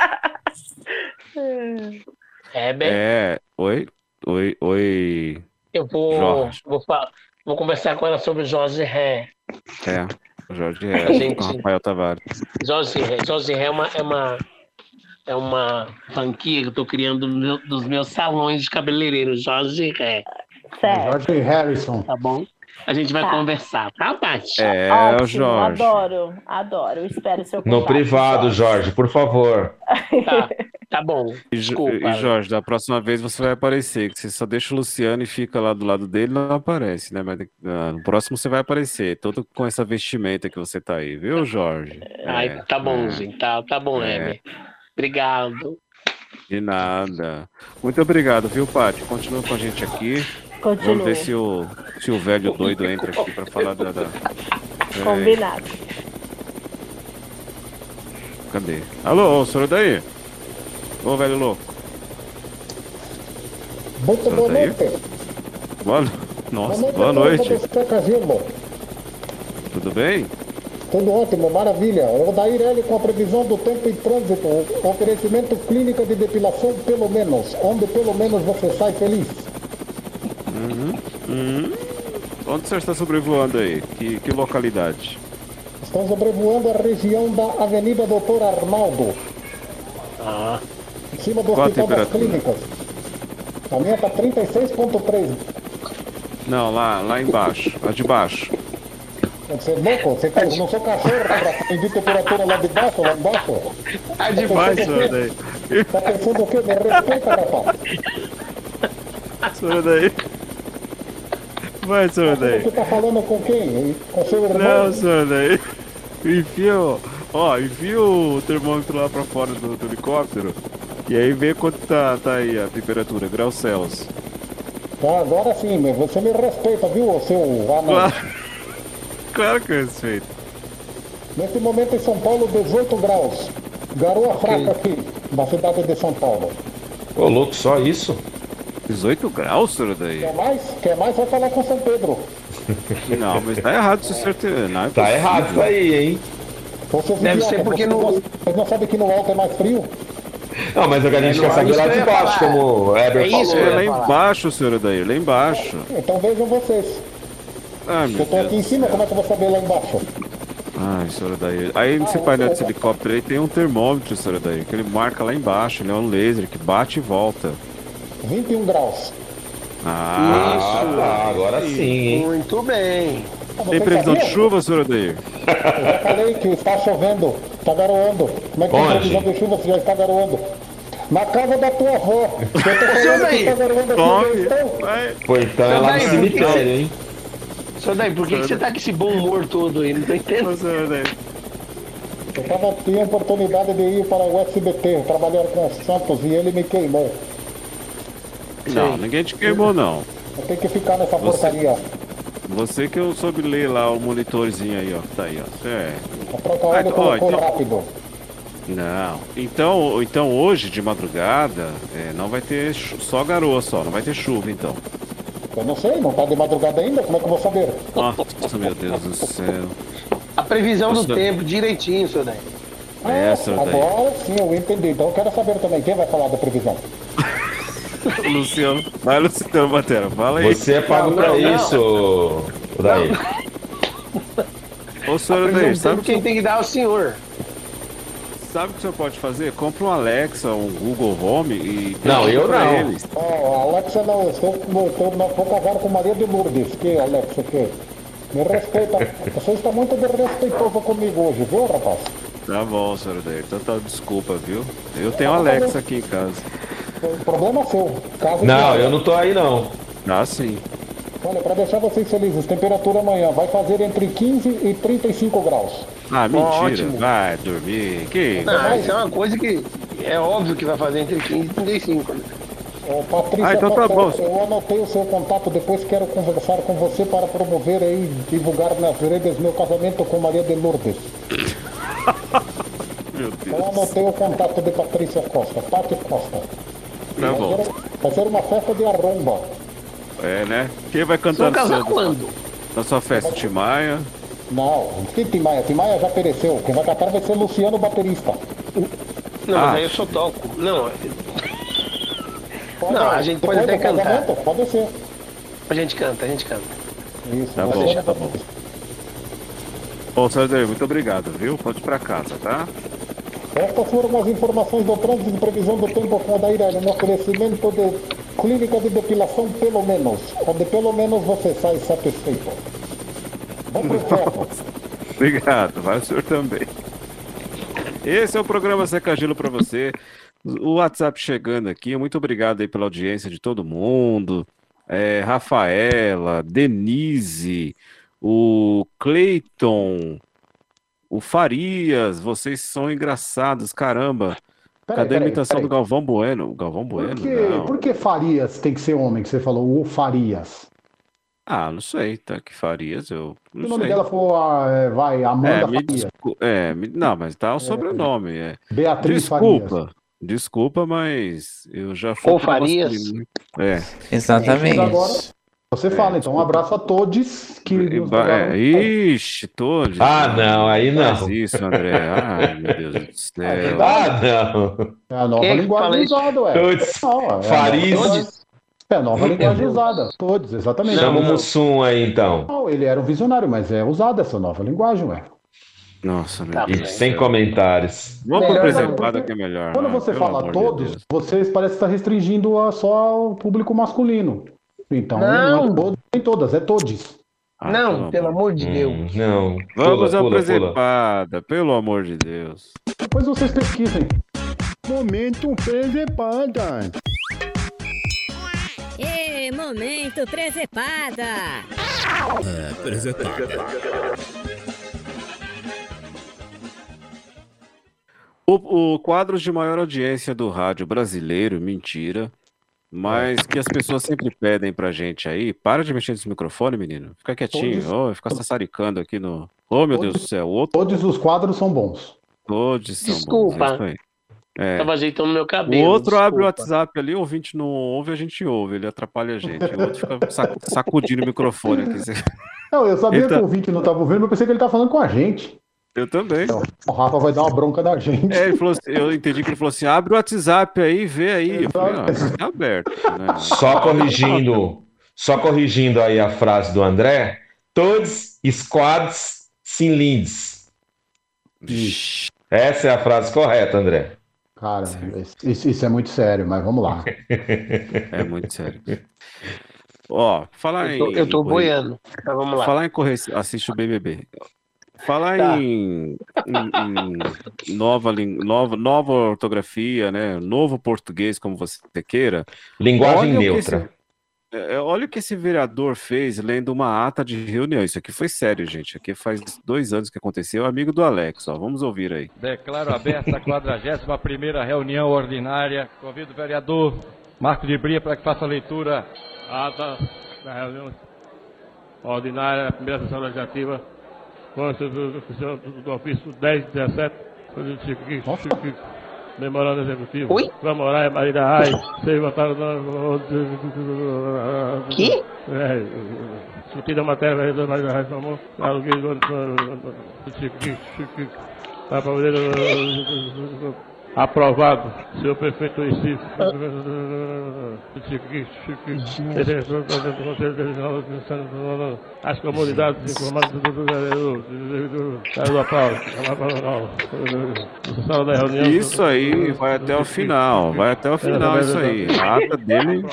É bem. É, oi, oi, oi. Eu vou, Jorge. vou, fa- vou conversar com ela sobre Jorge Ré. É, o Jorge Ré, A gente- com o Rafael Tavares. Jorge Ré, Jorge Ré é uma, é uma, é uma franquia que eu tô criando do meu- dos meus salões de cabeleireiro, Jorge Ré. Certo. Jorge Harrison. Tá bom? A gente vai Tá. conversar, tá, Paty? É, Ótimo, o Jorge. adoro, adoro. Eu espero o seu No contato, privado, Jorge, por favor. Tá, tá bom. E, Jo- Desculpa. e, Jorge, da próxima vez você vai aparecer, que você só deixa o Luciano e fica lá do lado dele, não aparece, né? Mas ah, no próximo você vai aparecer, todo com essa vestimenta que você tá aí, viu, Jorge? Ai, É, tá bom, é, gente. Tá, tá bom, É. Heber. Obrigado. de nada. Muito obrigado, viu, Paty? Continua com a gente aqui. Continua. Vamos ver se o, se o velho doido entra aqui pra falar da. da... É, Combinado. cadê? Alô, o senhor daí? Ô, velho louco. Muito Senhor boa tá aí? noite. Boa, nossa, boa pessoal noite. do Seca Gelo. Tudo bem? Tudo ótimo, maravilha. O Odair L com a previsão do tempo em trânsito. Oferecimento clínica de depilação, pelo menos. Onde pelo menos você sai feliz. Uhum. Uhum. Onde você está sobrevoando aí? Que, que localidade? Estão sobrevoando a região da Avenida Doutor Arnaldo. Ah, Em cima do Qual a Hospital das temperatura? Clínicas. A minha tá trinta e seis ponto três. Não, lá, lá embaixo. Lá de baixo. Você é louco? Você tá, não sou cachorro pra medir temperatura lá de baixo, lá embaixo? tá Tá demais, pensando o senhor quê? daí. Tá pensando o quê? Me respeita, rapaz. Senhor daí. Vai, senhor daí. Você tá falando com quem? Com seu irmão? Não, senhor daí. Enfia, o- ó, enfia o termômetro lá pra fora do, do helicóptero. E aí vê quanto tá, tá aí a temperatura, graus Celsius. Tá, agora sim, meu. Você me respeita, viu, ô seu anão? Claro, claro que eu respeito. Nesse momento em São Paulo, dezoito graus. Garoa fraca aqui, na cidade de São Paulo. Ô, louco, só isso? dezoito graus, senhor daí? Quer mais? Quer mais? Vai falar com São Pedro. Não, mas tá errado se o senhor tem. Não, é Tá possível. errado isso aí, hein? Vocês Deve idiotas, ser porque vocês no- não, vocês não sabem que no alto é mais frio? Não, mas a gente É, quer não, saber isso lá que eu de ia baixo, falar. como o Heber É isso, falou. É eu lá ia falar. embaixo, senhor daí, lá embaixo. Então vejam vocês. Ah, Eu meu tô aqui em Deus. cima, como é que eu vou saber lá embaixo? Ai, senhor daí. Aí nesse painel desse helicóptero aí tem um termômetro, senhor daí, que ele marca lá embaixo, ele é um laser que bate e volta. vinte e um graus. Ah, Ah, tá, agora sim, hein? muito bem. Ah, tem você previsão de sabia? chuva, senhor daí? Eu já falei que está chovendo, está garoando. Como é que tem Onde? previsão de chuva se já está garoando? Na casa da tua avó. Eu tô falando que está garoando aqui Come. no então. Vai. Pô, então é lá no Daí, cemitério, hein? Só daí, por que, que você tá com esse bom humor todo aí? Não tô entendendo. Senhor daí. Eu tava, tinha a oportunidade de ir para o S B T, trabalhar com o Santos e ele me queimou. Não, ninguém te queimou, não. Eu tenho que ficar nessa Você- porcaria. Você que eu soube ler lá o monitorzinho aí, ó, que tá aí, ó. Você é... A troca Ah, óleo então, ó, colocou então- rápido. Não. Então, então hoje, de madrugada, é, não vai ter chu- só garoa só, não vai ter chuva, então. Eu não sei, não tá de madrugada ainda, como é que eu vou saber? Nossa, meu Deus do céu. A previsão do Nossa. tempo direitinho, senhor daí. É, senhor daí. Agora sim, eu entendi. Então eu quero saber também, quem vai falar da previsão? Luciano, vai, Luciano Batera, fala aí. Você é pago Não, pra não, não. isso, daí. Ô, A senhor previsão Daí, do sabe, tempo quem tem que dar é o senhor. sabe o que o senhor pode fazer? Compra um Alexa, um Google Home e... Não, eu pra não. eles. Oh, Alexa não, eu estou, eu estou, não vou casar com Maria de Lourdes. Que, Alexa, que? Me respeita. Você está muito desrespeitoso comigo hoje, viu, rapaz? Tá bom, senhor Daí. Então tá, desculpa, viu? Eu tenho Alexa aqui em casa. O problema é seu. Caso Não, que- eu não tô aí, não. Ah, sim. Olha, para deixar vocês felizes, temperatura amanhã vai fazer entre quinze e trinta e cinco graus. Ah, mentira. Ótimo. Vai dormir. Que... Não, isso é uma coisa que é óbvio que vai fazer entre quinze e trinta e cinco. Né? Ô, Patrícia, Ah, então tá eu- bom. eu anotei o seu contato, depois quero conversar com você para promover aí, divulgar nas redes meu casamento com Maria de Lourdes. Meu Eu Deus. anotei o contato de Patrícia Costa, Pati Costa. Tá bom. Vai ser, vai ser uma festa de arromba. É, né? Quem vai cantar Vão casar sua- quando? na sua festa, Tim Maia? Não, que Tim Maia? Tim Maia já pereceu. Quem vai cantar vai ser Luciano, baterista. Não, Ah. mas aí eu só toco. Não, Pode- não, a gente pode depois até do cantar. casamento, Pode ser. A gente canta, a gente canta. Isso, Tá pode bom, deixar. tá bom. Ô, Sérgio, muito obrigado, viu? Pode ir pra casa, tá? Estas foram as informações do trânsito de previsão do tempo com a Daíra no oferecimento de clínica de depilação pelo menos, onde pelo menos você sai satisfeito. Vamos pro inferno. Obrigado, vai o senhor também. Esse é o programa Seca Gelo pra você. O WhatsApp chegando aqui. Muito obrigado aí pela audiência de todo mundo. É, Rafaela, Denise, o Cleiton, o Farias. Vocês são engraçados, caramba. Peraí, Cadê a peraí, imitação peraí. do Galvão Bueno? Galvão Bueno? Por que, Não. por que Farias tem que ser homem, que você falou? O Farias. Ah, não sei, tá? Que Farias, eu Se não o nome sei. dela for, ah, é, vai, Amanda É, me Farias. descu- é, me- não, mas tá o sobrenome. É. Beatriz Desculpa, Farias. desculpa, mas eu já fui Ou pro Farias. masculino. É. Exatamente. Mas agora você fala, então um abraço a todos que E nos ba- mandaram- é, ixi, todos. Ah, não, aí não. Faz isso, André. Ai, meu Deus do céu. Ah, não. É a nova Quem que linguagem fala isso? usada, ué. Todos. Não, é a nova Farias. linguagem- É a nova linguagem usada. Todos, exatamente. Chama o Mussum aí, então. Não, ele era um visionário, mas é usada essa nova linguagem, ué. Nossa, meu Tá Deus. E do sem céu. comentários. Vamos Melhor pra não, preservada porque que é melhor. Quando né? você Pelo fala amor de todos, Deus. vocês parecem estar restringindo a só o público masculino. Então, Não. não é todos, nem todas, é todos. Ah, Não, pelo amor de Hum, Deus. não. Vamos Pula, à pula, pula. preservada, pelo amor de Deus. Depois vocês pesquisem. Momento presepada. E momento presepada. É, presepada. O, o quadro de maior audiência do rádio brasileiro, mentira, mas que as pessoas sempre pedem pra gente aí. Para de mexer nesse microfone, menino. Fica quietinho. Todos- Oh, fica sassaricando aqui no. Oh, meu Deus do céu. Outro, Todos os quadros são bons. todos são Desculpa. bons. É isso aí. É. Tava ajeitando meu O cabelo. outro abre o desculpa. WhatsApp ali, o ouvinte não ouve, a gente ouve, ele atrapalha a gente. O outro fica sac- sacudindo o microfone aqui. Não, eu sabia Eita. que o ouvinte não estava ouvindo, mas eu pensei que ele estava falando com a gente. Eu também. Então, o Rafa vai dar uma bronca da gente. É, ele falou assim- eu entendi que ele falou assim: abre o WhatsApp aí, vê aí. Eu falei, ah, tá aberto. Né? Só corrigindo, só corrigindo aí a frase do André. Todos squads sin linds. Vixe, Essa é a frase correta, André. Cara, isso, isso é muito sério, mas vamos lá. é muito sério. Ó, falar em. Eu tô, eu tô em corre- boiando. Mas vamos lá. Falar em correr, assiste o B B B. Falar Tá. em, em- em nova, lin- nova, nova ortografia, né? Novo português, como você queira. Linguagem Olha o que neutra. esse- é, olha o que esse vereador fez lendo uma ata de reunião. Isso aqui foi sério, gente. Aqui faz dois anos que aconteceu. Amigo do Alex, ó. Vamos ouvir aí. Declaro aberta a quadragésima primeira reunião ordinária. Convido o vereador Marco de Bria para que faça a leitura. Ata da reunião ordinária, a primeira sessão legislativa. Consta do, do, do ofício dez dezessete. Memorando executivo. Oi? Moraes, Maria da Rai. Seis votaram. Que? É, discutida a matéria, vereador Maria da Rai informou. Aprovado, senhor prefeito do Recife. As comunidades informadas do aplauso. Sala da reunião. Isso aí vai até o final. Vai até o final, isso aí. A ata dele.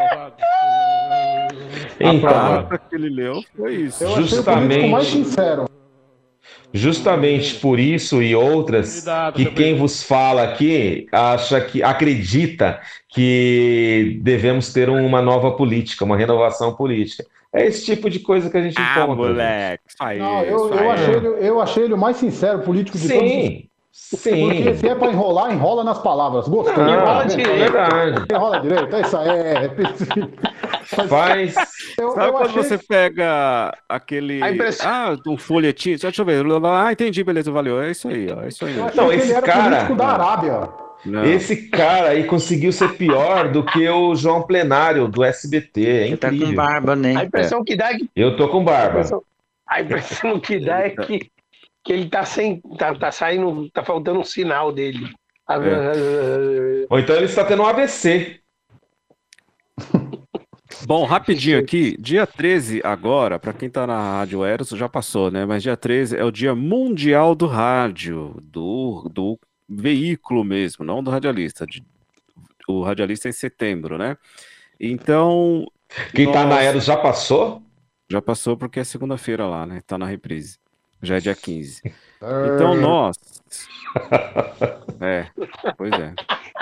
Então, A ata que ele leu foi isso. Eu achei o político mais sincero. Justamente por isso e outras que quem vos fala aqui acha que acredita que devemos ter uma nova política, uma renovação política. É esse tipo de coisa que a gente encontra. Ah, moleque. Aí, Não, eu, eu, achei ele, eu achei ele o mais sincero político de todos. Sim, sim. Porque se é pra enrolar, enrola nas palavras. Gostou? Não, enrola é direito. verdade. Enrola direito. É isso aí. É... Faz. Eu, Sabe eu quando achei... você pega aquele. A impressão- Ah, um folhetinho. Só deixa eu ver. Ah, entendi, beleza, valeu. É isso aí, ó. É isso aí. eu mesmo. achei Não, que esse ele era cara- político da Arábia. Não. Esse cara aí conseguiu ser pior do que o João Plenário do S B T. É incrível. Tá com barba, né? A impressão é. que dá é que. Eu tô com barba. A impressão, a impressão que dá é que, que ele tá sem. Tá, tá saindo. Tá faltando um sinal dele. É. Ou então ele está tendo um A V C. Bom, rapidinho aqui, dia treze agora, para quem tá na Rádio Eros, já passou, né? Mas dia treze é o Dia Mundial do Rádio, do, do veículo mesmo, não do radialista. De, o radialista é em setembro, né? Então... Quem nós... tá na Eros já passou? Já passou porque é segunda-feira lá, né? Tá na reprise. Já é dia quinze. Então nós... É, pois é.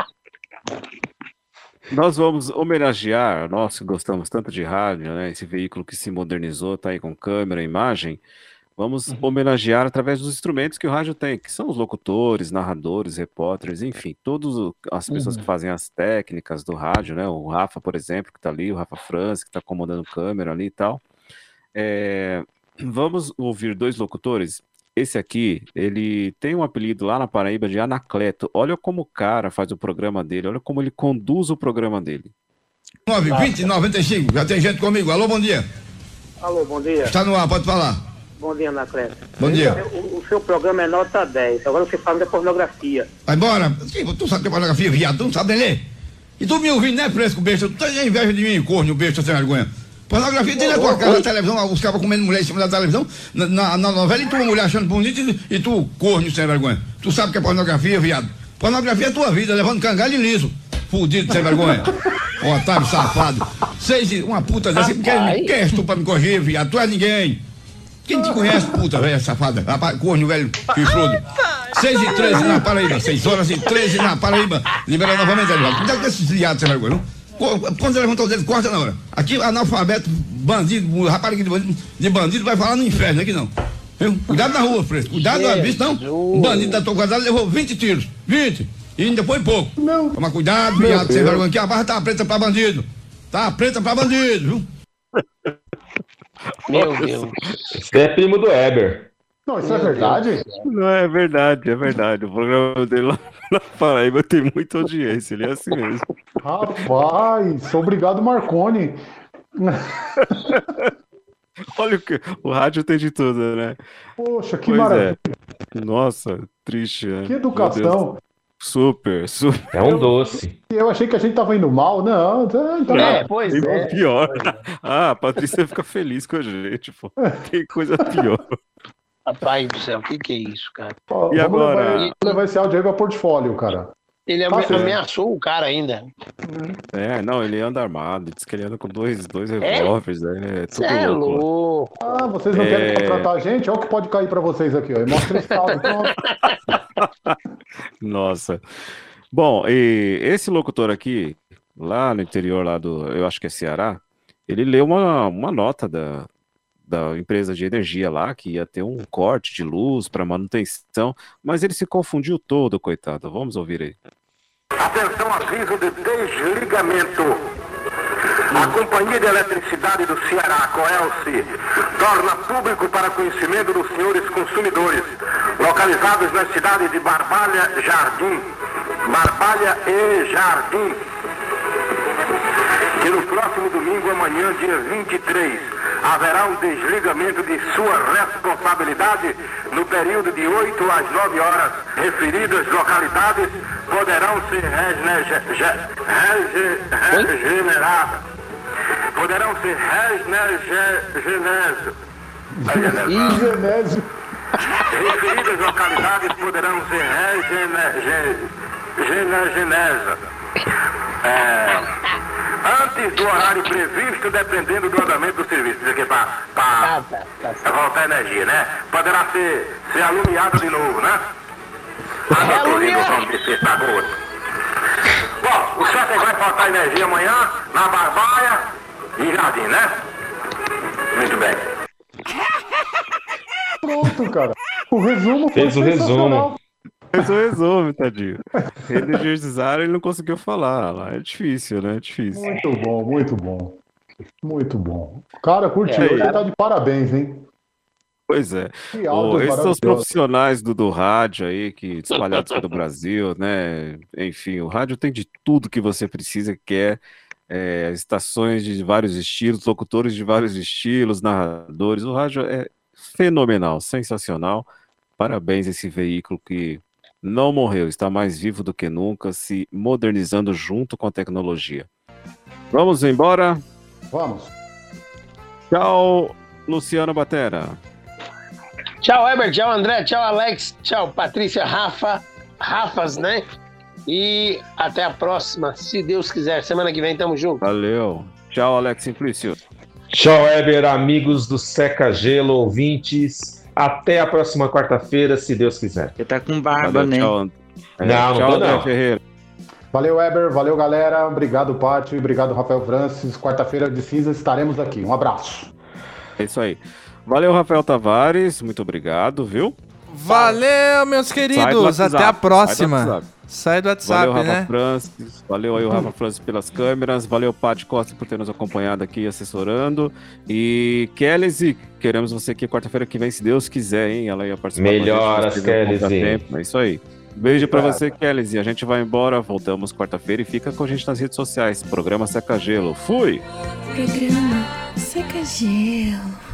Nós vamos homenagear, nós que gostamos tanto de rádio, né, esse veículo que se modernizou, tá aí com câmera, imagem, vamos uhum. homenagear através dos instrumentos que o rádio tem, que são os locutores, narradores, repórteres, enfim, todas as pessoas uhum. que fazem as técnicas do rádio, né, o Rafa, por exemplo, que tá ali, o Rafa Franz, que tá comandando câmera ali e tal. É, vamos ouvir dois locutores. Esse aqui, ele tem um apelido lá na Paraíba de Anacleto. Olha como o cara faz o programa dele, olha como ele conduz o programa dele. nove vinte noventa e cinco, já tem gente comigo. Alô, bom dia. Alô, bom dia. Está no ar, pode falar. Bom dia, Anacleto. Bom dia. O, o seu programa é nota dez, agora você fala da pornografia. Vai embora. Sim, tu sabe que é pornografia, viado, tu não sabe ler. E tu me ouvindo, né, fresco, besta? Tu tem inveja de mim, corno, besta, sem vergonha. Pornografia tem na tua casa, na televisão, os caras comendo mulher em cima da televisão, na, na, na novela, e tu, uma mulher achando bonita, e, e tu, corno sem vergonha. Tu sabe que é pornografia, viado? Pornografia é tua vida, levando cangalho e liso. Fudido sem vergonha. Otário, safado. Seis, uma puta dessa, quem quer és tu pra me corrigir, viado? Tu é ninguém. Quem te conhece, puta, velha, safada? Rapaz, corno, velho, chifrudo. seis e treze na Paraíba, seis horas e treze na Paraíba. Libera novamente, Eduardo. Cuidado com esses viados sem vergonha, não? Quando você levantar o dedo, corta na hora. Aqui, analfabeto, bandido, rapariga de bandido, de bandido vai falar no inferno, aqui não. Viu? Cuidado na rua, fresco. Cuidado na vista, não. O bandido da tua quadrada levou vinte tiros. vinte. E ainda foi pouco. Não. Toma cuidado, viado, sem vergonha. Aqui a barra tá preta pra bandido. Tá preta pra bandido, viu? Meu Deus. Você é primo do Eber. Não, isso é verdade? Não, é verdade, é verdade. O programa dele lá na Paraíba tem muita audiência, ele é assim mesmo. Rapaz, obrigado, Marconi. Olha o que o rádio tem de tudo, né? Poxa, que pois maravilha. É. Nossa, triste, né? Que educação. Super, super. É um doce. Eu achei que a gente tava indo mal. Não, tá, tá é, pois é. Pior. Ah, a Patrícia fica feliz com a gente, pô. Tem coisa pior. Rapaz do céu, o que que é isso, cara? Ó, e agora? Levar, levar esse áudio aí pra portfólio, cara. Ele Tá ameaçou o cara ainda. É, não, ele anda armado. Diz que ele anda com dois, dois revólveres. É, é tudo é louco. louco. Ah, vocês não É. querem contratar a gente? Olha o que pode cair pra vocês aqui, ó. E mostra esse áudio. Pronto. Nossa. Bom, e esse locutor aqui, lá no interior, lá do, eu acho que é Ceará, ele leu uma, uma nota da, da empresa de energia lá, que ia ter um corte de luz para manutenção, mas ele se confundiu todo, coitado. Vamos ouvir aí. Atenção, aviso de desligamento. A Companhia de Eletricidade do Ceará, Coelce, torna público para conhecimento dos senhores consumidores, localizados nas cidades de Barbalha, Jardim, Barbalha e Jardim, que no próximo domingo, amanhã, dia vinte e três, haverá um desligamento de sua responsabilidade no período de oito às nove horas. Referidas localidades poderão ser regeneradas. Poderão ser regeneradas. Referidas localidades poderão ser regeneradas. É, antes do horário previsto, dependendo do andamento do serviço. Isso aqui para Tá, tá, tá. voltar energia, né? Poderá ser, ser alumiado de novo, né? Ah, tô ouvindo o som desse tá boa. Bom, o chefe vai faltar energia amanhã na Barbalha e Jardim, né? Muito bem. Pronto, cara. O resumo foi Fez o resumo. Fez o resumo, tadinho. Energizaram e ele não conseguiu falar. Lá é difícil, né? É difícil. Muito bom, muito bom. Muito bom. Cara, curtiu. É, Você cara. tá de parabéns, hein? Pois é. Que Ô, áudio esses são os maravilhoso. profissionais do, do rádio aí, que espalhados pelo Brasil, né? Enfim, o rádio tem de tudo que você precisa, que é, é, estações de vários estilos, locutores de vários estilos, narradores. O rádio é fenomenal, sensacional. Parabéns a esse veículo que não morreu, está mais vivo do que nunca, se modernizando junto com a tecnologia. Vamos embora? Vamos. Tchau, Luciano Batera. Tchau, Heber. Tchau, André. Tchau, Alex. Tchau, Patrícia, Rafa. Rafas, né? E até a próxima, se Deus quiser. Semana que vem, tamo junto. Valeu. Tchau, Alex Simplício. Tchau, Heber, amigos do Seca Gelo, ouvintes. Até a próxima quarta-feira, se Deus quiser. Você tá com barba, Valeu, né? tchau, Não, não tchau, tô André não. Ferreira. Valeu, Weber. Valeu, galera. Obrigado, Pátio. Obrigado, Rafael Francis. Quarta-feira de cinza estaremos aqui. Um abraço. É isso aí. Valeu, Rafael Tavares. Muito obrigado, viu? Valeu, meus queridos. WhatsApp, Até a sai do próxima. WhatsApp. Sai do WhatsApp, Valeu, Rafa né? Francis. Valeu aí o Rafa Francis pelas câmeras. Valeu, Paty Costa, por ter nos acompanhado aqui, assessorando. E Kelly, queremos você aqui quarta-feira que vem, se Deus quiser, hein? Ela ia participar. Melhoras, com a gente, teve um Kelly. contratempo. É isso aí. Beijo pra Obrigado. você, Kelly. A gente vai embora. Voltamos quarta-feira e fica com a gente nas redes sociais. Programa Seca Gelo. Fui! Programa Seca Gelo.